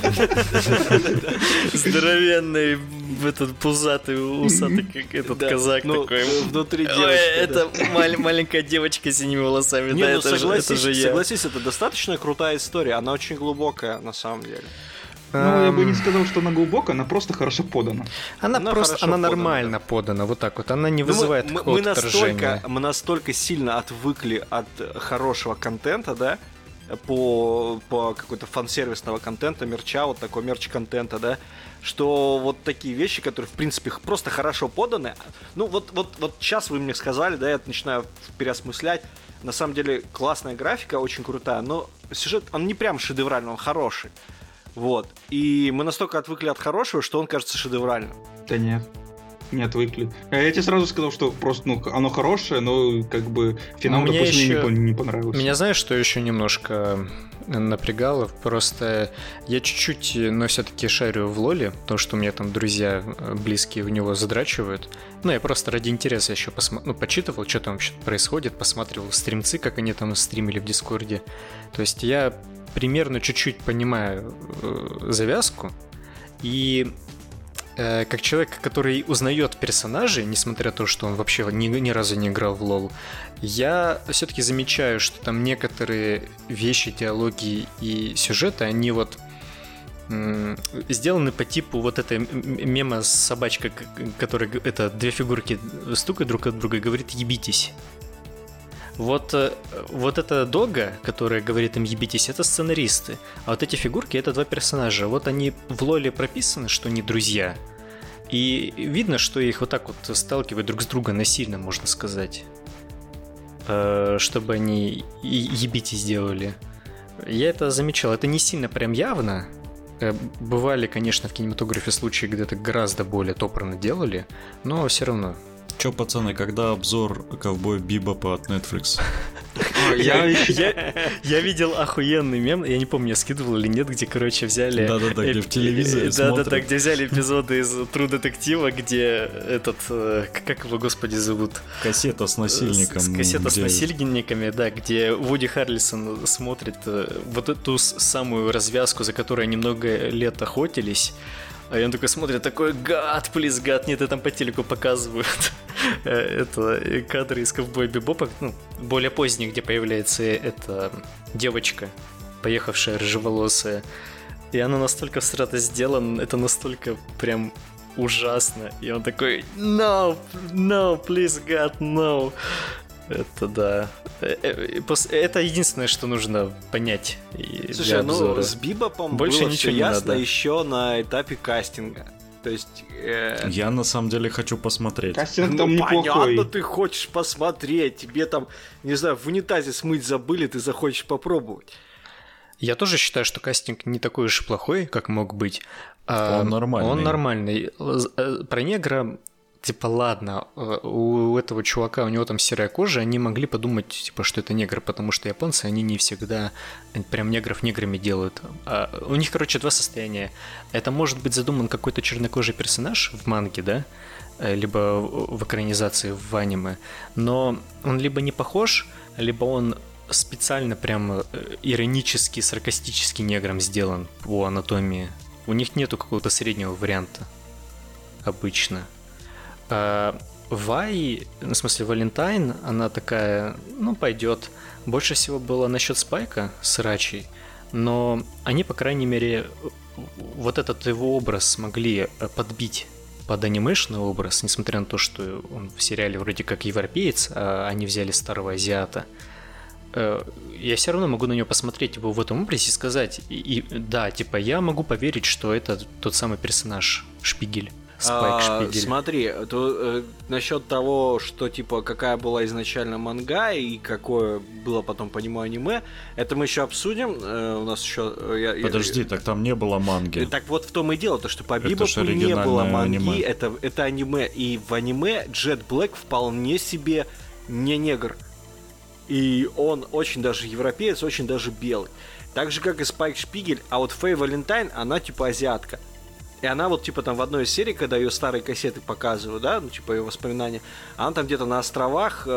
да.
Здоровенный, этот пузатый, усатый, как этот казак такой.
Внутри девочка.
Это маленькая девочка с синими волосами.
Не,
да,
ну
это же я.
Согласись, это достаточно крутая история. Она очень глубокая, на самом деле.
Я бы не сказал, что она глубокая, она просто хорошо подана.
Она нормально подана, вот так вот. Она не вызывает какого-то отторжения.
Мы настолько сильно отвыкли от хорошего контента, да, по какой-то фан-сервисного контента, мерча, вот такой мерч-контента, да, что вот такие вещи, которые, в принципе, просто хорошо поданы, вот сейчас вы мне сказали, да, я начинаю переосмыслять, на самом деле классная графика, очень крутая, но сюжет, он не прям шедевральный, он хороший, вот, и мы настолько отвыкли от хорошего, что он кажется шедевральным.
Да нет. Не отвыкли. Я тебе сразу сказал, что просто, оно хорошее, но как бы финал, допустим, мне не понравился.
Меня знаешь, что еще немножко напрягало? Просто я чуть-чуть, но все-таки шарю в лоле, потому что у меня там друзья близкие в него задрачивают. Я просто ради интереса еще почитывал, что там вообще происходит, посматривал стримцы, как они там стримили в Дискорде. То есть я примерно чуть-чуть понимаю завязку, и как человек, который узнает персонажей, несмотря на то, что он вообще ни разу не играл в лол, я все-таки замечаю, что там некоторые вещи, диалоги и сюжеты, они вот сделаны по типу вот этой мема с собачкой, которая две фигурки стукают друг от друга и говорит «ебитесь». Вот эта дога, которая говорит им «ебитесь», это сценаристы. А вот эти фигурки — это два персонажа. Вот они в лоле прописаны, что они друзья. И видно, что их вот так вот сталкивают друг с другом насильно, можно сказать. Чтобы они «ебитесь» сделали. Я это замечал. Это не сильно прям явно. Бывали, конечно, в кинематографе случаи, где это гораздо более топорно делали. Но все равно.
Чё, пацаны, когда обзор «Ковбой Бибопа» от Netflix?
Я видел охуенный мем, я не помню, я скидывал или нет, где, короче, взяли...
Да-да-да, где в телевизоре смотрят.
Да-да-да, где взяли эпизоды из True Детектива, где этот... Как его, господи, зовут?
Кассета с насильником.
Кассета с насильниками, да, где Вуди Харрельсон смотрит вот эту самую развязку, за которой они много лет охотились. А он такой смотрит, такой, гад, плиз, гад, нет, это там по телеку показывают. Это кадры из «Ковбоя Бибопа», ну, более поздние, где появляется эта девочка, поехавшая рыжеволосая. И она настолько всрато сделана, это настолько прям ужасно. И он такой, no, please, God, no. Это да. Это единственное, что нужно понять.
Слушай, ну с Бибопом
больше
было
ничего
все
не
ясно
надо.
еще на этапе кастинга. То есть...
Я на самом деле хочу посмотреть.
Кастинг там
Ну,
неплохой.
понятно, ты хочешь посмотреть. Тебе там, не знаю, в унитазе смыть забыли, ты захочешь попробовать.
Я тоже считаю, что кастинг не такой уж и плохой, как мог быть.
Он нормальный.
Он нормальный. Про негра, типа, ладно, у этого чувака, у него там серая кожа, они могли подумать, типа, что это негр, потому что японцы, они не всегда прям негров неграми делают. У них, короче, два состояния. Это может быть задуман какой-то чернокожий персонаж в манге, да? Либо в экранизации в аниме. Но он либо не похож, либо он специально прям иронически, саркастически негром сделан по анатомии. У них нету какого-то среднего варианта обычно. Вай, в смысле Валентайн, она такая, ну, пойдет. Больше всего было насчет Спайка с Рачей, но они, по крайней мере, вот этот его образ смогли подбить под анимешный образ, несмотря на то, что он в сериале вроде как европеец, а они взяли старого азиата. Я все равно могу на него посмотреть его в этом образе и сказать, да, типа, я могу поверить, что это тот самый персонаж Шпигель. Спайк Шпигель.
Смотри, насчет того, что типа какая была изначально манга и какое было потом по нему аниме, это мы еще обсудим. У нас еще.
Подожди, так там не было манги.
Так вот в том и дело, то что по Бибопу не было манги,
аниме.
Это аниме, и в аниме Джет Блэк вполне себе не негр. И он очень даже европеец, очень даже белый. Так же, как и Спайк Шпигель, а вот Фэй Валентайн, она типа азиатка. И она вот типа там в одной из серий, когда ее старые кассеты показывают, да, ну типа ее воспоминания, она там где-то на островах,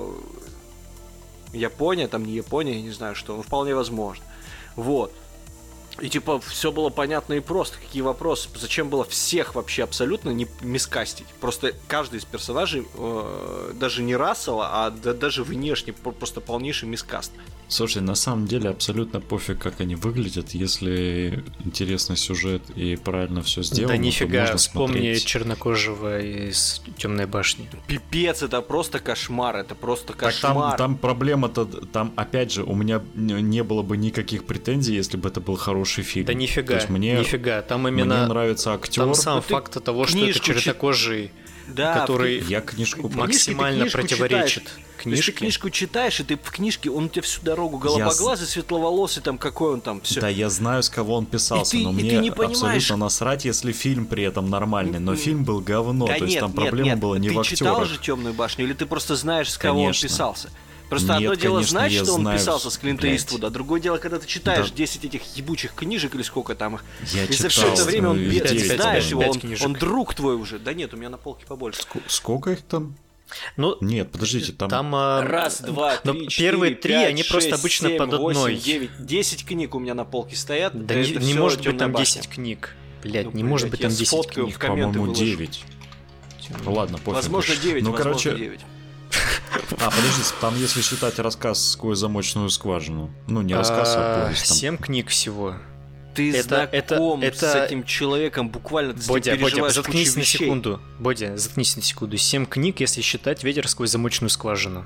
Япония, там не Япония, я не знаю что, ну вполне возможно. Вот. И типа все было понятно и просто. Какие вопросы? Зачем было всех вообще абсолютно не мискастить? Просто каждый из персонажей, даже не расово, а даже внешне, просто полнейший мискаст.
Слушай, на самом деле абсолютно пофиг, как они выглядят, если интересный сюжет и правильно все сделано.
Да нифига, вспомни
смотреть.
Чернокожего из Темной башни.
Пипец, это просто кошмар, это просто кошмар.
Так там проблема-то, там опять же, у меня не было бы никаких претензий, если бы это был хороший фильм.
Да нифига, нифига, там именно...
Мне нравится актер.
Там сам факт того, что это чернокожий,
да,
который
я книжку
максимально противоречит.
Ты книжку читаешь, и ты в книжке, он у тебя всю дорогу голубоглазый, светловолосый, там какой он там, все.
Да, я знаю, с кого он писался, но мне абсолютно насрать, если фильм при этом нормальный, но фильм был говно,
да
то есть
нет,
там проблема была не в актерах.
Ты читал же «Темную башню», или ты просто знаешь, с кого он писался? Просто
Нет,
одно дело
конечно,
знать, что он
знаю,
писался с Клинта
блядь.
Иствуда, другое дело, когда ты читаешь
Да.
10 этих ебучих книжек или сколько там их,
Я
и за
читал,
все это время он
ну,
ты
9,
знаешь его,
книжек.
он друг твой уже. Да нет, у меня на полке побольше.
Сколько их там?
Ну,
Нет, подождите, там...
Раз, два,
но
три, четыре,
первые три,
5,
они
6,
просто обычно
7,
под одной.
8, 9, 10 книг у меня на полке стоят.
Да
это
не
всё
может быть
«Тёмная
там
башня».
10 книг. Блядь,
Ну,
не может быть
я
там 10
сфоткаю
книг.
в комменты
По-моему,
выложу.
9. Ну ладно, пофиг.
Возможно 9,
Ну,
возможно
короче,
9.
подожди, там если считать рассказ «Сквозь замочную скважину». Ну, не рассказ, а повесть там.
7 книг всего.
Ты
Это-
знаком
это-
с этим человеком, буквально ты с ним
Бодя,
переживаешь
заткнись
кучу
на
вещей.
секунду. Бодя, заткнись на секунду. 7 книг, если считать «Ветер сквозь замочную скважину».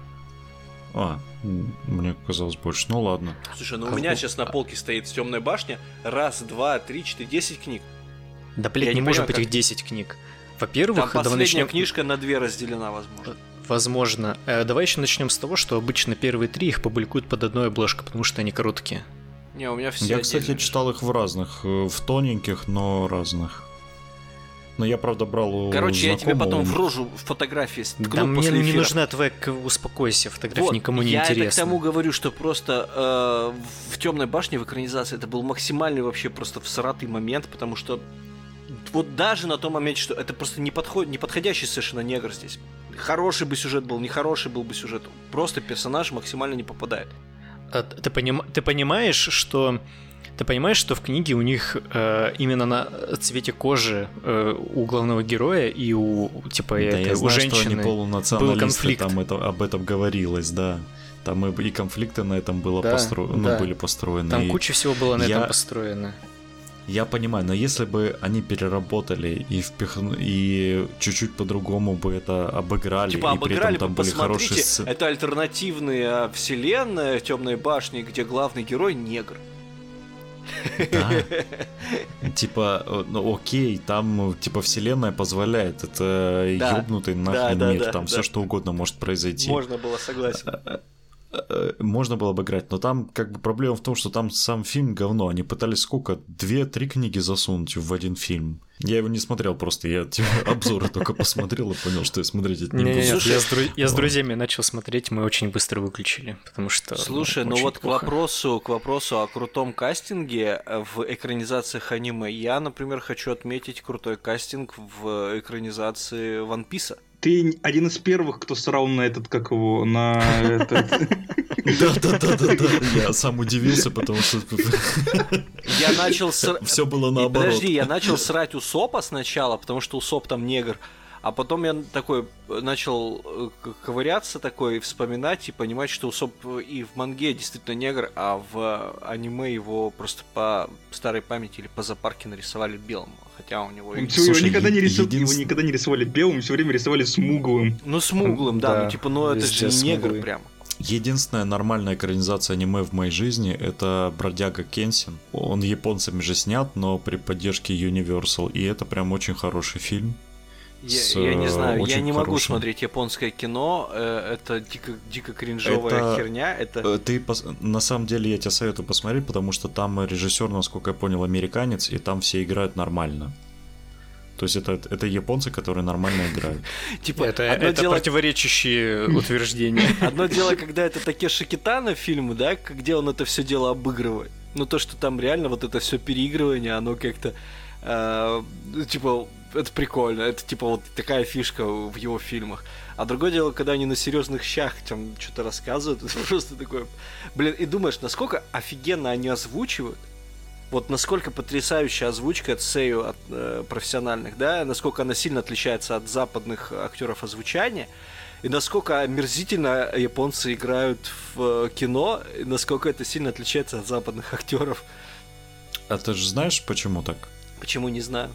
Мне казалось больше. Ну ладно.
Слушай, ну у меня сейчас на полке стоит «Темная башня». Раз, два, три, 4, 10 книг.
Да, блядь,
Я
не
не
может
понимаю,
быть
как-
их 10 книг.
Там
Во-первых, давай
последняя
начнем...
книжка на 2 разделена, возможно.
Возможно. Давай еще начнем с того, что обычно первые 3 их публикуют под одной обложкой, потому что они короткие.
Не, у меня все
Я, кстати,
отдельно.
читал их в разных, в тоненьких, но разных. Но я, правда, брал у
Короче, я тебе
знакомого.
потом в рожу фотографии
Да
ткну
мне
после
не
эфира.
нужна твоя... Успокойся, фотография
Вот,
никому не
я это к
интересна.
тому говорю, что просто в «Темной башне» в экранизации это был максимальный вообще просто всратый момент, потому что вот даже на том моменте, что это просто неподходящий совершенно негр здесь. Хороший бы сюжет был, нехороший был бы сюжет. Просто персонаж максимально не попадает.
Ты понимаешь, что в книге у них именно на цвете кожи у главного героя и у типа
Да,
этой,
я знаю,
у женщины
что они
был
полунационалисты,
конфликт.
там об этом говорилось, да. Там и конфликты на этом было
Да, да.
были построены.
Там
и
куча всего было на
я-
этом построено.
Я понимаю, но если бы они переработали и чуть-чуть по-другому бы это обыграли,
Типа
и при
обыграли
этом там
бы,
были хорошие
посмотрите,
сцены.
это альтернативная вселенная «Темной башни», где главный герой негр.
Да. Типа, ну окей, там типа вселенная позволяет. Это
Да.
ёбнутый нахрен
Да,
мир,
да,
там
да.
все что угодно может произойти.
Можно было, согласен.
Можно было бы играть, но там как бы проблема в том, что там сам фильм говно. Они пытались сколько? 2-3 книги засунуть в один фильм. Я его не смотрел просто, я обзоры только посмотрел и понял, что я смотреть это не буду.
Нет,
Слушай,
я с друзьями начал смотреть, мы очень быстро выключили, потому что...
Слушай, ну
очень
вот
плохо.
к вопросу о крутом кастинге в экранизациях аниме. Я, например, хочу отметить крутой кастинг в экранизации One Piece.
Ты один из первых, кто срал на этот, как его, на этот...
Да. Я сам удивился, потому что
Я начал
все было
И
наоборот.
подожди, я начал срать Усопа сначала, потому что Усоп там негр. А потом я такой начал ковыряться такой, вспоминать и понимать, что Усоп и в манге действительно негр, а в аниме его просто по старой памяти или по запарке нарисовали белым. Хотя у него...
Его
Слушай,
никогда не
единственное-
никогда не рисовали белым, все время рисовали смуглым.
Ну, смуглым, да,
Да,
ну типа, ну это же
везде
негр
смуглый.
прям.
Единственная нормальная экранизация аниме в моей жизни — это «Бродяга Кенсин». Он японцами же снят, но при поддержке Universal, и это прям очень хороший фильм.
Я не знаю, я
очень
не могу
хорошим.
смотреть японское кино, это дико кринжовая
Это-
херня, это...
На самом деле я тебе советую посмотреть, потому что там режиссер, насколько я понял, американец, и там все играют нормально. То есть это японцы, которые нормально играют.
Типа,
Это
одно дело...
противоречащие утверждения.
Одно дело, когда это Такеши Китано фильмы, да, где он это все дело обыгрывает. Ну, то, что там реально вот это все переигрывание, оно как-то, типа, это прикольно. Это, типа, вот такая фишка в его фильмах. А другое дело, когда они на серьезных щах там что-то рассказывают, это просто такое... Блин, и думаешь, насколько офигенно они озвучивают, вот насколько потрясающая озвучка от сею, от профессиональных, да, насколько она сильно отличается от западных актеров озвучания, и насколько омерзительно японцы играют в кино, и насколько это сильно отличается от западных актеров.
А ты же знаешь, почему так?
Почему, не знаю.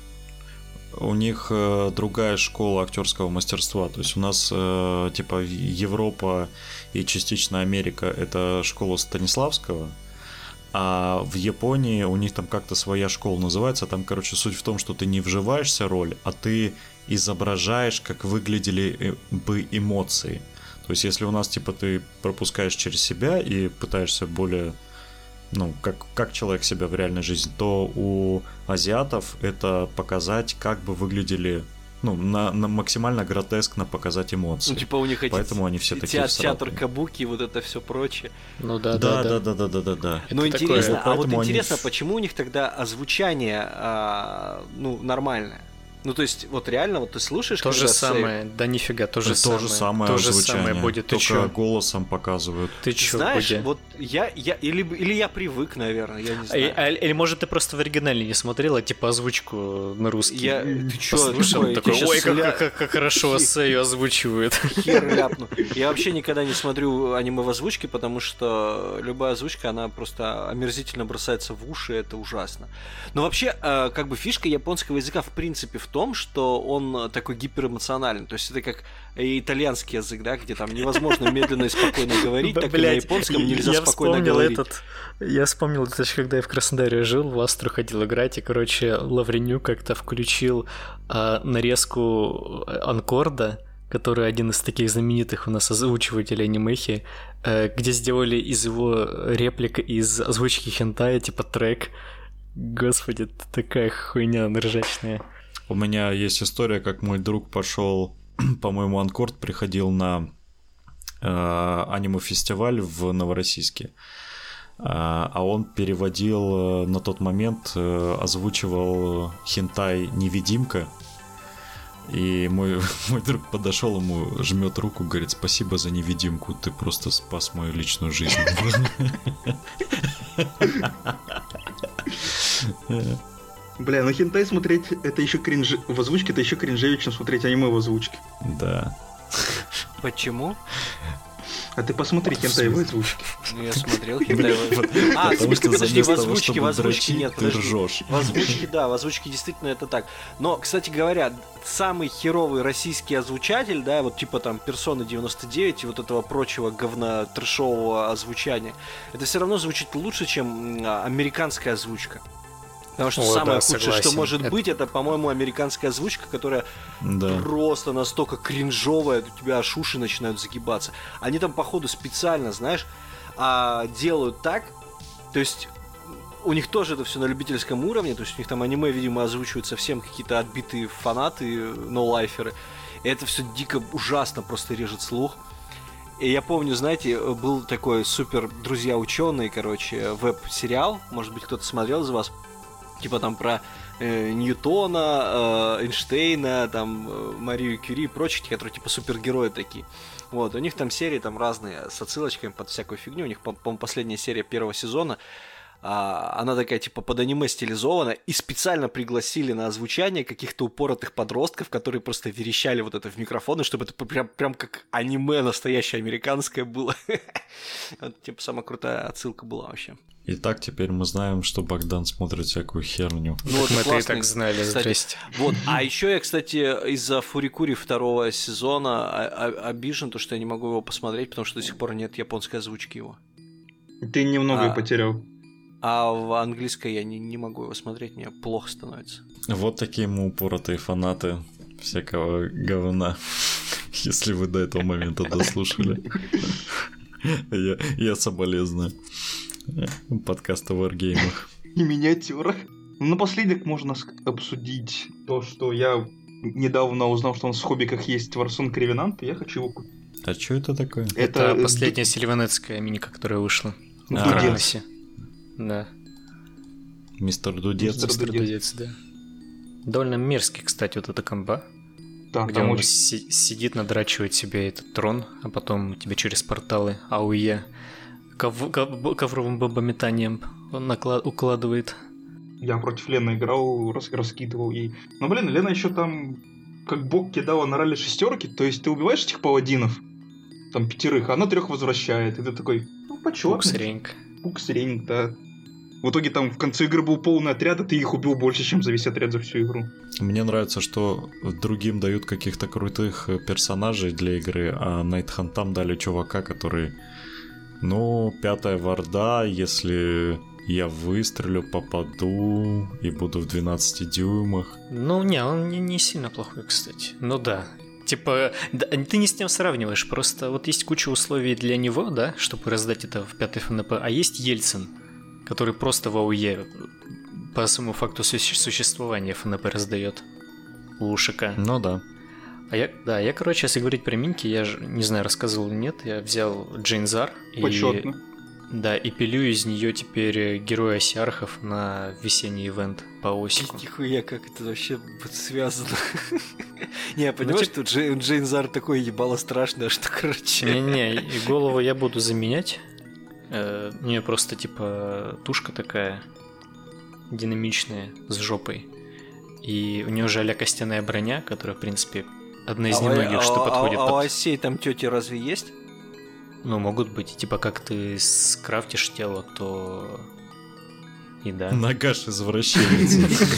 У них другая школа актерского мастерства. То есть у нас типа Европа и частично Америка — это школа Станиславского, а в Японии у них там как-то своя школа называется. Там, короче, суть в том, что ты не вживаешься в роль, а ты изображаешь, как выглядели бы эмоции. То есть если у нас типа ты пропускаешь через себя и пытаешься более... Ну, как человек себя в реальной жизни, то у азиатов это показать, как бы выглядели, ну, на максимально гротескно показать эмоции.
Ну, типа у них эти
Поэтому они все такие
театр
всратые.
кабуки, вот это все прочее.
Ну да.
Да.
Ну,
Это
интересно,
такое,
а вот
поэтому они
интересно, почему у них тогда озвучание, ну, нормальное? Ну, то есть, вот реально, вот ты слушаешь,
То же
когда
самое, да нифига, то же
То же самое озвучание,
будет. Ты
только
чё?
голосом показывают.
Ты чё,
знаешь,
Бодя?
вот или я привык, наверное, я не знаю.
Или может ты просто в оригинале не смотрела, типа озвучку на русский?
Ты чё,
Послушал,
такой,
такой,
ты
ой,
щас
как хорошо Сэю озвучивает.
хер ляпну. Я вообще никогда не смотрю аниме в озвучке, потому что любая озвучка, она просто омерзительно бросается в уши, это ужасно. Но вообще, как бы фишка японского языка в принципе в том, что он такой гиперэмоциональный. То есть это как и итальянский язык, да, где там невозможно медленно и спокойно говорить, так и на японском нельзя спокойно говорить.
Я вспомнил это, когда я в Краснодаре жил, в Астру ходил играть, и, короче, Лавреню как-то включил нарезку Анкорда, который один из таких знаменитых у нас озвучивателей анимехи, где сделали из его реплик из озвучки хентая, типа трек. Господи, это такая хуйня ржачная.
У меня есть история, как мой друг пошел, по-моему, Анкорд приходил на аниме-фестиваль в Новороссийске. А он переводил на тот момент, озвучивал хентай «Невидимка». И мой друг подошел, ему жмет руку, говорит: спасибо за невидимку, ты просто спас мою личную жизнь.
Бля, ну хентай смотреть это еще кринж. В озвучке это еще кринжевее, чем смотреть аниме в озвучке.
Да.
Почему?
А ты посмотри хентай в озвучке.
Ну, я смотрел хентай.
Потому что
подожди, в
заместо того,
озвучке
чтобы
нет,
дрочить, ты
подожди.
ржешь.
В озвучке, да, в озвучке действительно это так. Но, кстати говоря, самый херовый российский озвучатель, да, вот типа там Персона 99 и вот этого прочего говна трэшового озвучания, это все равно звучит лучше, чем американская озвучка. Потому что самое худшее, что может быть, это, по-моему, американская озвучка, которая просто настолько кринжовая, у тебя аж уши начинают загибаться. Они там, походу, специально, знаешь, делают так, то есть у них тоже это все на любительском уровне, то есть у них там аниме, видимо, озвучивают совсем какие-то отбитые фанаты, ноулайферы, и это все дико ужасно просто режет слух. И я помню, знаете, был такой супер друзья-ученые, короче, веб-сериал, может быть, кто-то смотрел из вас, типа там про Ньютона, Эйнштейна, там Марию Кюри и прочих, которые типа супергерои такие. Вот, у них там серии там разные с отсылочками под всякую фигню. У них, по-моему, последняя серия первого сезона, она такая типа под аниме стилизована, и специально пригласили на озвучание каких-то упоротых подростков, которые просто верещали вот это в микрофоны, чтобы это прям как аниме настоящее американское было. Вот, типа, самая крутая отсылка была вообще.
Итак, теперь мы знаем, что Богдан смотрит всякую херню.
Ну, вот мы-то и так знали, здрасте.
Вот, а еще я, кстати, из-за Фурикури второго сезона обижен, то, что я не могу его посмотреть, потому что до сих пор нет японской озвучки его.
Ты немного потерял.
А в английской я не могу его смотреть, мне плохо становится.
Вот такие мы упоротые фанаты всякого говна, если вы до этого момента дослушали. Я соболезную. Подкаст о варгеймах.
И миниатюрах. Напоследок можно обсудить то, что я недавно узнал, что у нас в хоббиках есть Warzone Ревенант, и я хочу его купить.
А что это такое?
Это последняя сильванетская миника, которая вышла.
Дудец.
Да.
Мистер Дудец.
Мистер Дудец, да. Довольно мерзкий, кстати, вот эта комба.
Да,
где он сидит, надрачивает себе этот трон, а потом тебе через порталы АУЕ ковровым бомбометанием он укладывает.
Я против Лены играл, раскидывал ей. Но, блин, Лена еще там как бог кидала на ралли шестерки, то есть ты убиваешь этих паладинов, там 5, а она 3 возвращает, и ты такой, ну, почетно. Пукс-ренг, да. В итоге там в конце игры был полный отряд, а ты их убил больше, чем за весь отряд за всю игру.
Мне нравится, что другим дают каких-то крутых персонажей для игры, а Найтхантам дали чувака, который... Ну, 5-я варда, если я выстрелю, попаду и буду в 12 дюймах.
Ну, не, он не сильно плохой, кстати. Ну да. Типа, да, ты не с тем сравниваешь, просто вот есть куча условий для него, да, чтобы раздать это в 5-й ФНП, а есть Ельцин, который просто в АУЕ по самому факту существования ФНП раздает у ШК.
Ну да.
Я, короче, если говорить про минки, я же, не знаю, рассказывал или нет, я взял Джейнзар
Почетно.
И пилю из нее теперь героя Сиархов на весенний ивент по осику.
Нихуя, как это вообще связано. Не, я понимаю, что Джейнзар такой ебало страшное, что, короче...
Не-не, и голову я буду заменять. У нее просто, типа, тушка такая динамичная, с жопой. И у нее же а-ля костяная броня, которая, в принципе... Одна из немногих, что подходит
под... А у осей там тети разве есть?
Ну, могут быть. Типа, как ты скрафтишь тело, то... И да.
Нагаш извращенец.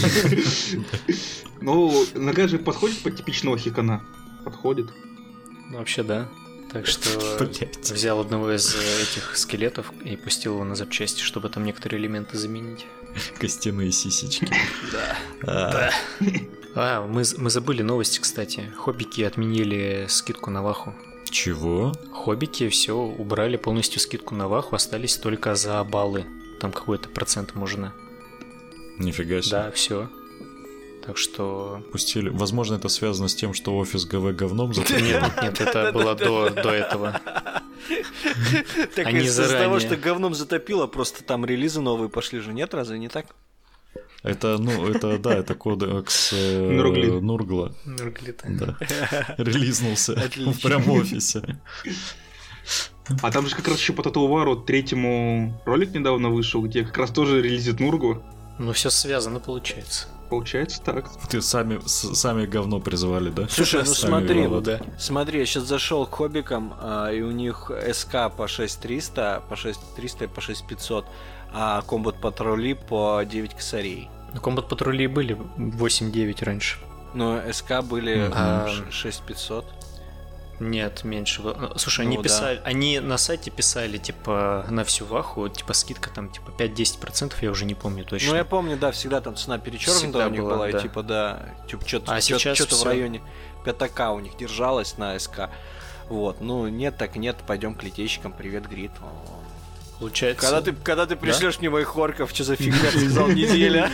Ну, Нагаш же подходит под типичного хикана. Подходит.
Ну, вообще, да. Так что взял одного из этих скелетов и пустил его на запчасти, чтобы там некоторые элементы заменить.
Костяные сисечки.
Да. Мы забыли новость, кстати. Хоббики отменили скидку на Ваху.
Чего?
Хоббики все убрали полностью скидку на Ваху, остались только за баллы. Там какой-то процент можно.
Нифига себе.
Да, все. Так что...
Пустили. Возможно, это связано с тем, что офис ГВ говном затопил.
Нет, это было до этого.
Так из-за того, что говном затопило, просто там релизы новые пошли же, нет? Разве не так?
Это кодекс Нургла.
Нурглита.
Да. Релизнулся прямо в офисе.
А там же как раз еще по Татуавару 3-му ролик недавно вышел, где как раз тоже релизит Нургу.
Ну, все связано, получается.
Получается так.
Ты сами говно призывали, да?
Слушай, ну
Сами
смотри, я сейчас зашел к хоббикам, и у них СК по 6300, по 6300 и по 6500, а комбат патрули по 9 косарей.
Ну, комбат патрули были 8-9 раньше.
Но СК были 6500.
Нет, меньше было. Слушай, они писали, они на сайте писали, типа, на всю ваху, типа, скидка там, типа, 5-10%, я уже не помню точно.
Ну, я помню, да, всегда там цена перечеркнута у них была,
да.
И, типа, да, типа, что-то в районе 5к у них держалось на СК. Вот, ну, нет, так нет, пойдем к литейщикам, привет, Грит.
Получается...
Когда ты пришлешь мне моих орков, что за фигня, ты сказал, неделя?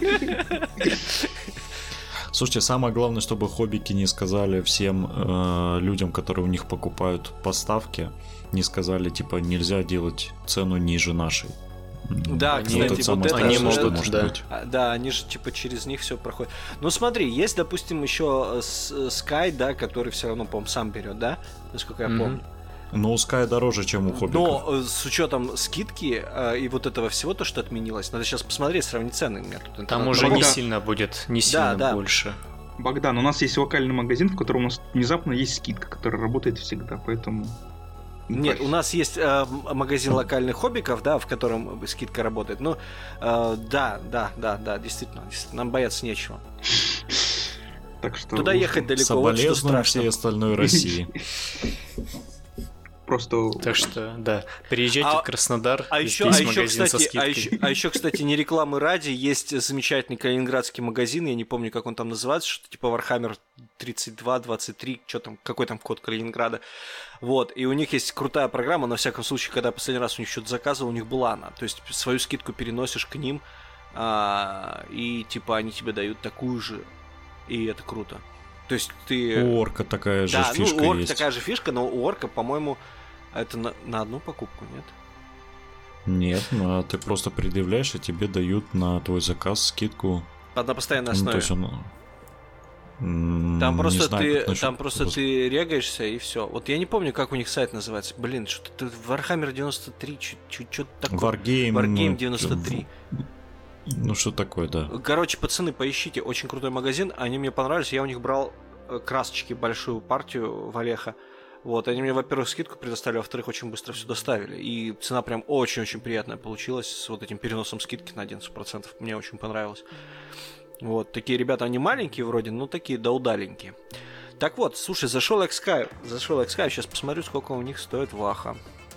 Слушайте, самое главное, чтобы хоббики не сказали всем людям, которые у них покупают поставки, не сказали, типа, нельзя делать цену ниже нашей.
Да, кстати, вот это
они могут, да.
Быть.
Да, они же, типа, через них все проходит. Ну, смотри, есть, допустим, еще Sky, да, который все равно, по-моему, сам берет, да, насколько я помню.
Но у Sky дороже, чем у хоббиков.
Но с учетом скидки и вот этого всего, то, что отменилось, надо сейчас посмотреть, сравнить цены. У меня тут
там уже не сильно будет, не сильно больше.
Богдан, у нас есть локальный магазин, в котором у нас внезапно есть скидка, которая работает всегда, поэтому...
Нет, у нас есть магазин локальных хоббиков, да, в котором скидка работает. Ну, да, действительно, нам бояться нечего.
Так что
туда ехать далеко, вот что страшно.
всей остальной России.
Просто...
Так что, да, приезжайте в Краснодар,
здесь магазин со скидкой. А еще, кстати, не рекламы ради, есть замечательный калининградский магазин, я не помню, как он там называется, что-то типа Warhammer 32, 23, что там, какой там код Калининграда. Вот, и у них есть крутая программа, на всяком случае, когда я последний раз у них что-то заказывал, у них была она. То есть свою скидку переносишь к ним, и типа они тебе дают такую же, и это круто. То есть ты...
У Орка такая же фишка есть.
Да, у Орка такая же фишка, но у Орка, по-моему, это на одну покупку, нет?
Нет, ну, ты просто предъявляешь, и тебе дают на твой заказ скидку.
На постоянной основе.
То есть
там просто ты регаешься, и все. Вот я не помню, как у них сайт называется. Блин, что-то Warhammer 93, что-то такое. Wargame 93.
Ну, что такое, да.
Короче, пацаны, поищите, очень крутой магазин, они мне понравились, я у них брал красочки, большую партию в Олеха. Вот, они мне, во-первых, скидку предоставили, во-вторых, очень быстро все доставили. И цена прям очень-очень приятная получилась с вот этим переносом скидки на 11%. Мне очень понравилось. Вот, такие ребята, они маленькие вроде, но такие да удаленькие. Так вот, слушай, зашел X-Sky, сейчас посмотрю, сколько у них стоит ваха.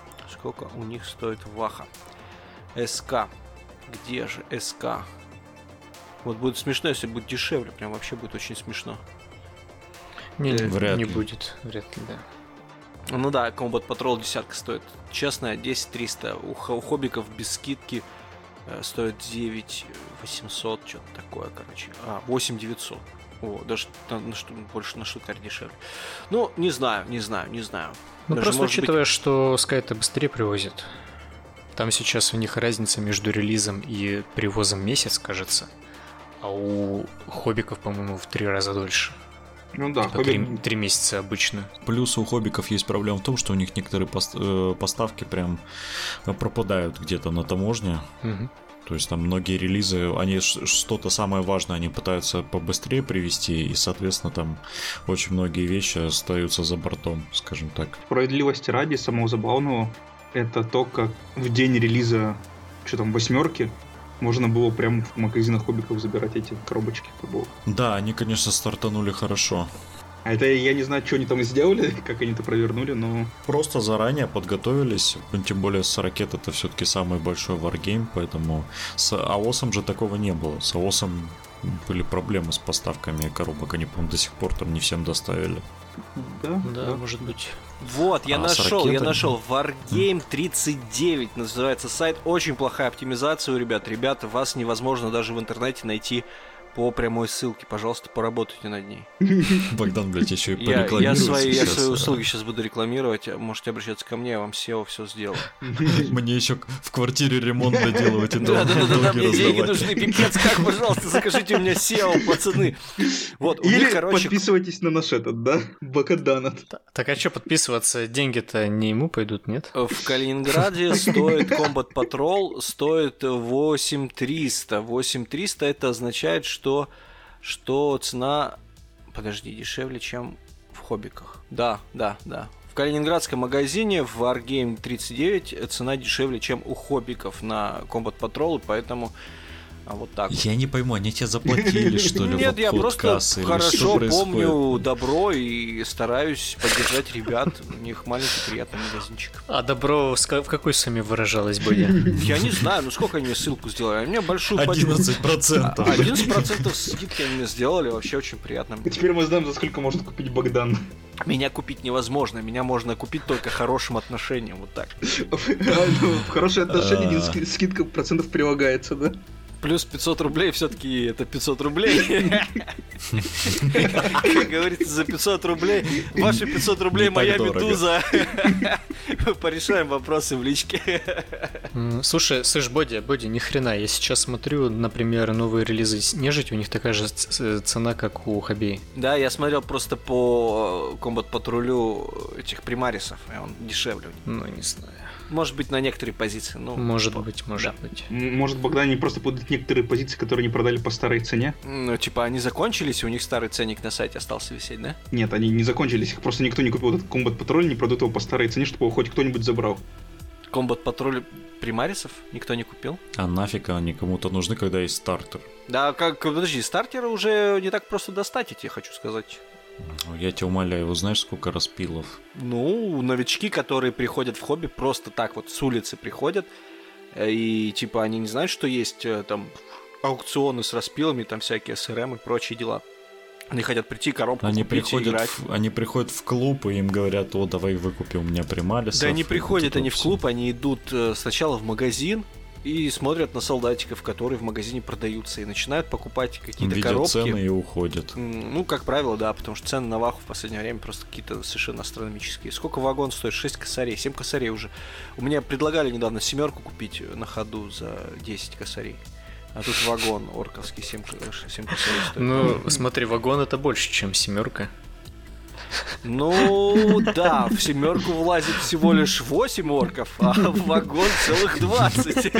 СК. Где же СК? Вот будет смешно, если будет дешевле, прям вообще будет очень смешно.
Вряд ли будет, да.
Ну да, Combat Patrol 10 стоит честно 10 300. У хоббиков без скидки стоит 9 800, что-то такое, короче. 8 900. О, даже больше на штукарь дешевле. Ну, не знаю.
Ну,
даже,
просто учитывая, что Sky-то быстрее привозит. Там сейчас у них разница между релизом и привозом месяц, кажется. А у хоббиков, по-моему, в 3 раза дольше.
Ну да,
типа 3 месяца обычно.
Плюс у хоббиков есть проблема в том, что у них некоторые поставки прям пропадают где-то на таможне.
Угу.
То есть там многие релизы, они что-то самое важное, они пытаются побыстрее привезти, и, соответственно, там очень многие вещи остаются за бортом, скажем так.
Справедливости ради, самого забавного, это то, как в день релиза, что там, 8 можно было прямо в магазинах хоббиков забирать эти коробочки футбол.
Да, они, конечно, стартанули хорошо.
А это я не знаю, что они там сделали, как они это провернули, но...
Просто заранее подготовились, тем более с ракет это все-таки самый большой варгейм, поэтому с АОСом же такого не было. С АОСом были проблемы с поставками коробок, они, по-моему, до сих пор там не всем доставили.
Да, может быть.
Вот, я нашел. Wargame 39 называется сайт. Очень плохая оптимизация у ребят. Ребята, вас невозможно даже в интернете найти по прямой ссылке. Пожалуйста, поработайте над ней.
Богдан, блядь, еще и
Я
порекламирует
свои услуги сейчас буду рекламировать. Можете обращаться ко мне, я вам SEO все сделаю.
Мне еще в квартире ремонт доделывать и
Да, мне деньги нужны, пипец, как, пожалуйста, закажите у меня SEO, пацаны. Вот, у
Или
них, короче...
подписывайтесь на наш этот, да? Бакаданат.
Так а что подписываться? Деньги-то не ему пойдут, нет?
В Калининграде стоит Combat Patrol, стоит 8300. 8300 это означает, что цена... Подожди, дешевле, чем в хоббиках. Да. В калининградском магазине в Wargame 39 цена дешевле, чем у хоббиков на Combat Patrol, поэтому вот так.
Я не пойму, они тебе заплатили, что ли?
Нет, я просто хорошо помню Добро и стараюсь поддержать ребят. У них маленький приятный магазинчик.
А Добро в какой сумме выражалось, Бодя?
Я не знаю, сколько они мне ссылку сделали. Они мне большую
11%.
11% скидки они мне сделали, вообще очень приятно.
И теперь мы знаем, за сколько может купить Богдан.
Меня купить невозможно, меня можно купить только хорошим отношением, вот так.
В хорошие отношения скидка процентов прилагается, да?
Плюс 500 рублей, все-таки это 500 рублей. Как говорится, за 500 рублей, ваши 500 рублей моя медуза. Порешаем вопросы в личке.
Слушай, Боди, ни хрена, я сейчас смотрю, например, новые релизы Нежити, у них такая же цена, как у Хобби.
Да, я смотрел просто по Combat Патрулю этих примарисов, и он дешевле.
Ну, не знаю.
Может быть, на некоторые позиции. Ну,
может быть.
Может, Богдан, они просто будут некоторые позиции, которые не продали по старой цене?
Ну, типа, они закончились, и у них старый ценник на сайте остался висеть, да?
Нет, они не закончились, их просто никто не купил этот Combat Patrol, не продают его по старой цене, чтобы его хоть кто-нибудь забрал.
Combat Patrol примарисов никто не купил?
А нафиг они кому-то нужны, когда есть стартер?
Да, подожди, стартеры уже не так просто достать, я тебе хочу сказать.
Я тебя умоляю, знаешь, сколько распилов?
Ну, новички, которые приходят в хобби, просто так вот с улицы приходят, и типа они не знают, что есть там аукционы с распилами, там всякие СРМ и прочие дела. Они хотят прийти, коробку купить и играть.
Они приходят в клуб, и им говорят: о, давай выкупи у меня примарисов.
Да не приходят они в клуб, они идут сначала в магазин, и смотрят на солдатиков, которые в магазине продаются, и начинают покупать какие-то
видят
коробки.
Цены и уходят.
Ну, как правило, да, потому что цены на ваху в последнее время просто какие-то совершенно астрономические. Сколько вагон стоит? 6 косарей, 7 косарей уже. У меня предлагали недавно 7 купить на ходу за 10 косарей. А тут вагон орковский 7 косарей стоит.
Ну, смотри, вагон это больше, чем 7.
Ну, да, в 7 влазит всего лишь 8 орков, а в вагон целых 20.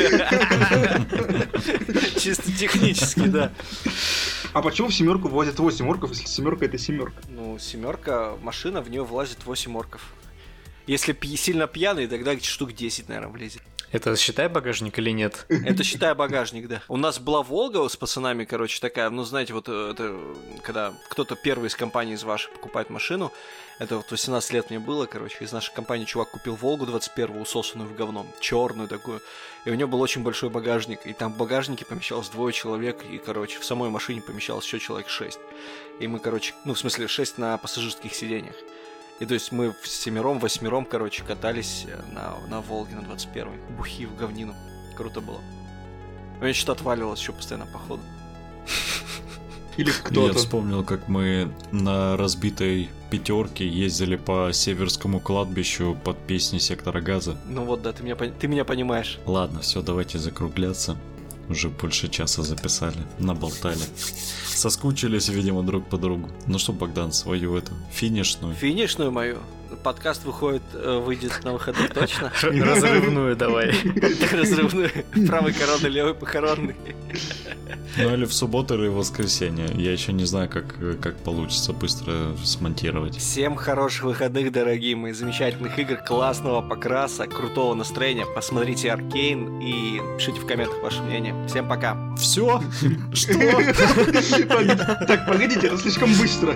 Чисто технически, да.
А почему в 7 влазит 8 орков, если 7 это 7?
Ну, 7 машина, в нее влазит 8 орков. Если сильно пьяный, тогда штук 10, наверное, влезет.
Это считай багажник или нет?
Это считай багажник, да. У нас была Волга с пацанами, короче, такая, ну, знаете, вот это, когда кто-то первый из компании из вашей покупает машину, это вот 18 лет мне было, короче, из нашей компании чувак купил Волгу 21-го, усосанную в говном, черную такую, и у него был очень большой багажник, и там в багажнике помещалось 2 человек, и, короче, в самой машине помещалось еще человек 6. И мы, короче, ну, в смысле, 6 на пассажирских сиденьях. И то есть мы в 7-8, короче, катались на Волге на 21-й. Бухи в говнину. Круто было. У меня что-то отваливалось еще постоянно по ходу.
Или кто-то.
Я вспомнил, как мы на разбитой 5 ездили по Северскому кладбищу под песни Сектора Газа.
Ну вот, да, ты меня понимаешь.
Ладно, все, давайте закругляться. Уже больше часа записали, наболтали. Соскучились, видимо, друг по другу. Ну что, Богдан, свою эту финишную?
Финишную мою? Подкаст выйдет на выходных точно?
Разрывную давай.
Разрывную. Правый коронный, левый похоронный.
Ну или в субботу, или в воскресенье. Я еще не знаю, как получится быстро смонтировать.
Всем хороших выходных, дорогие мои. Замечательных игр, классного покраса, крутого настроения. Посмотрите Аркейн и пишите в комментах ваше мнение. Всем пока.
Все? Что?
Так, погодите, это слишком быстро.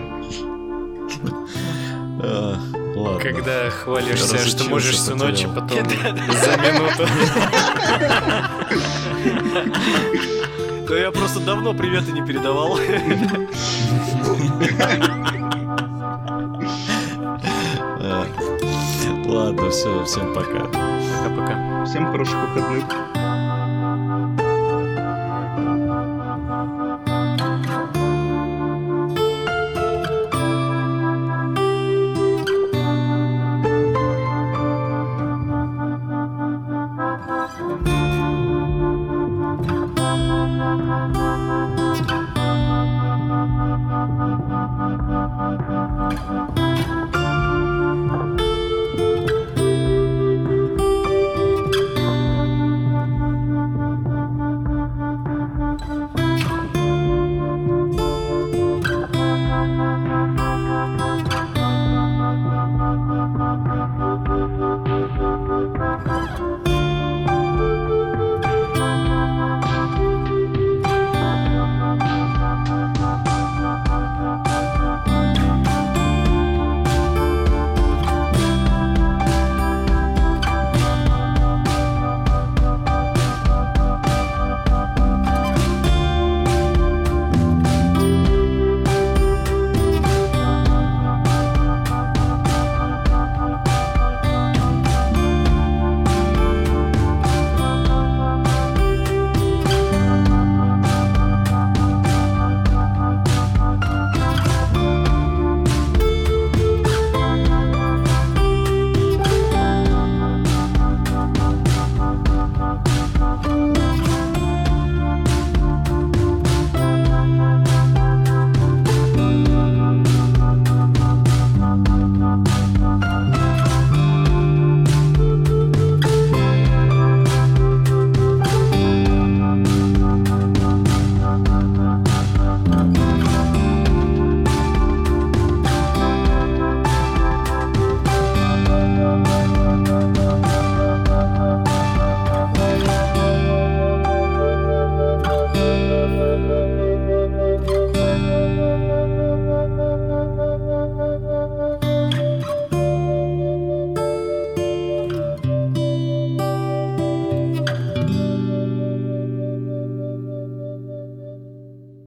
Ладно.
Когда хвалишься, что можешь всю ночь, и потом за минуту.
Да я просто давно приветы не передавал.
Ладно, все, всем пока.
Пока-пока.
Всем хороших выходных.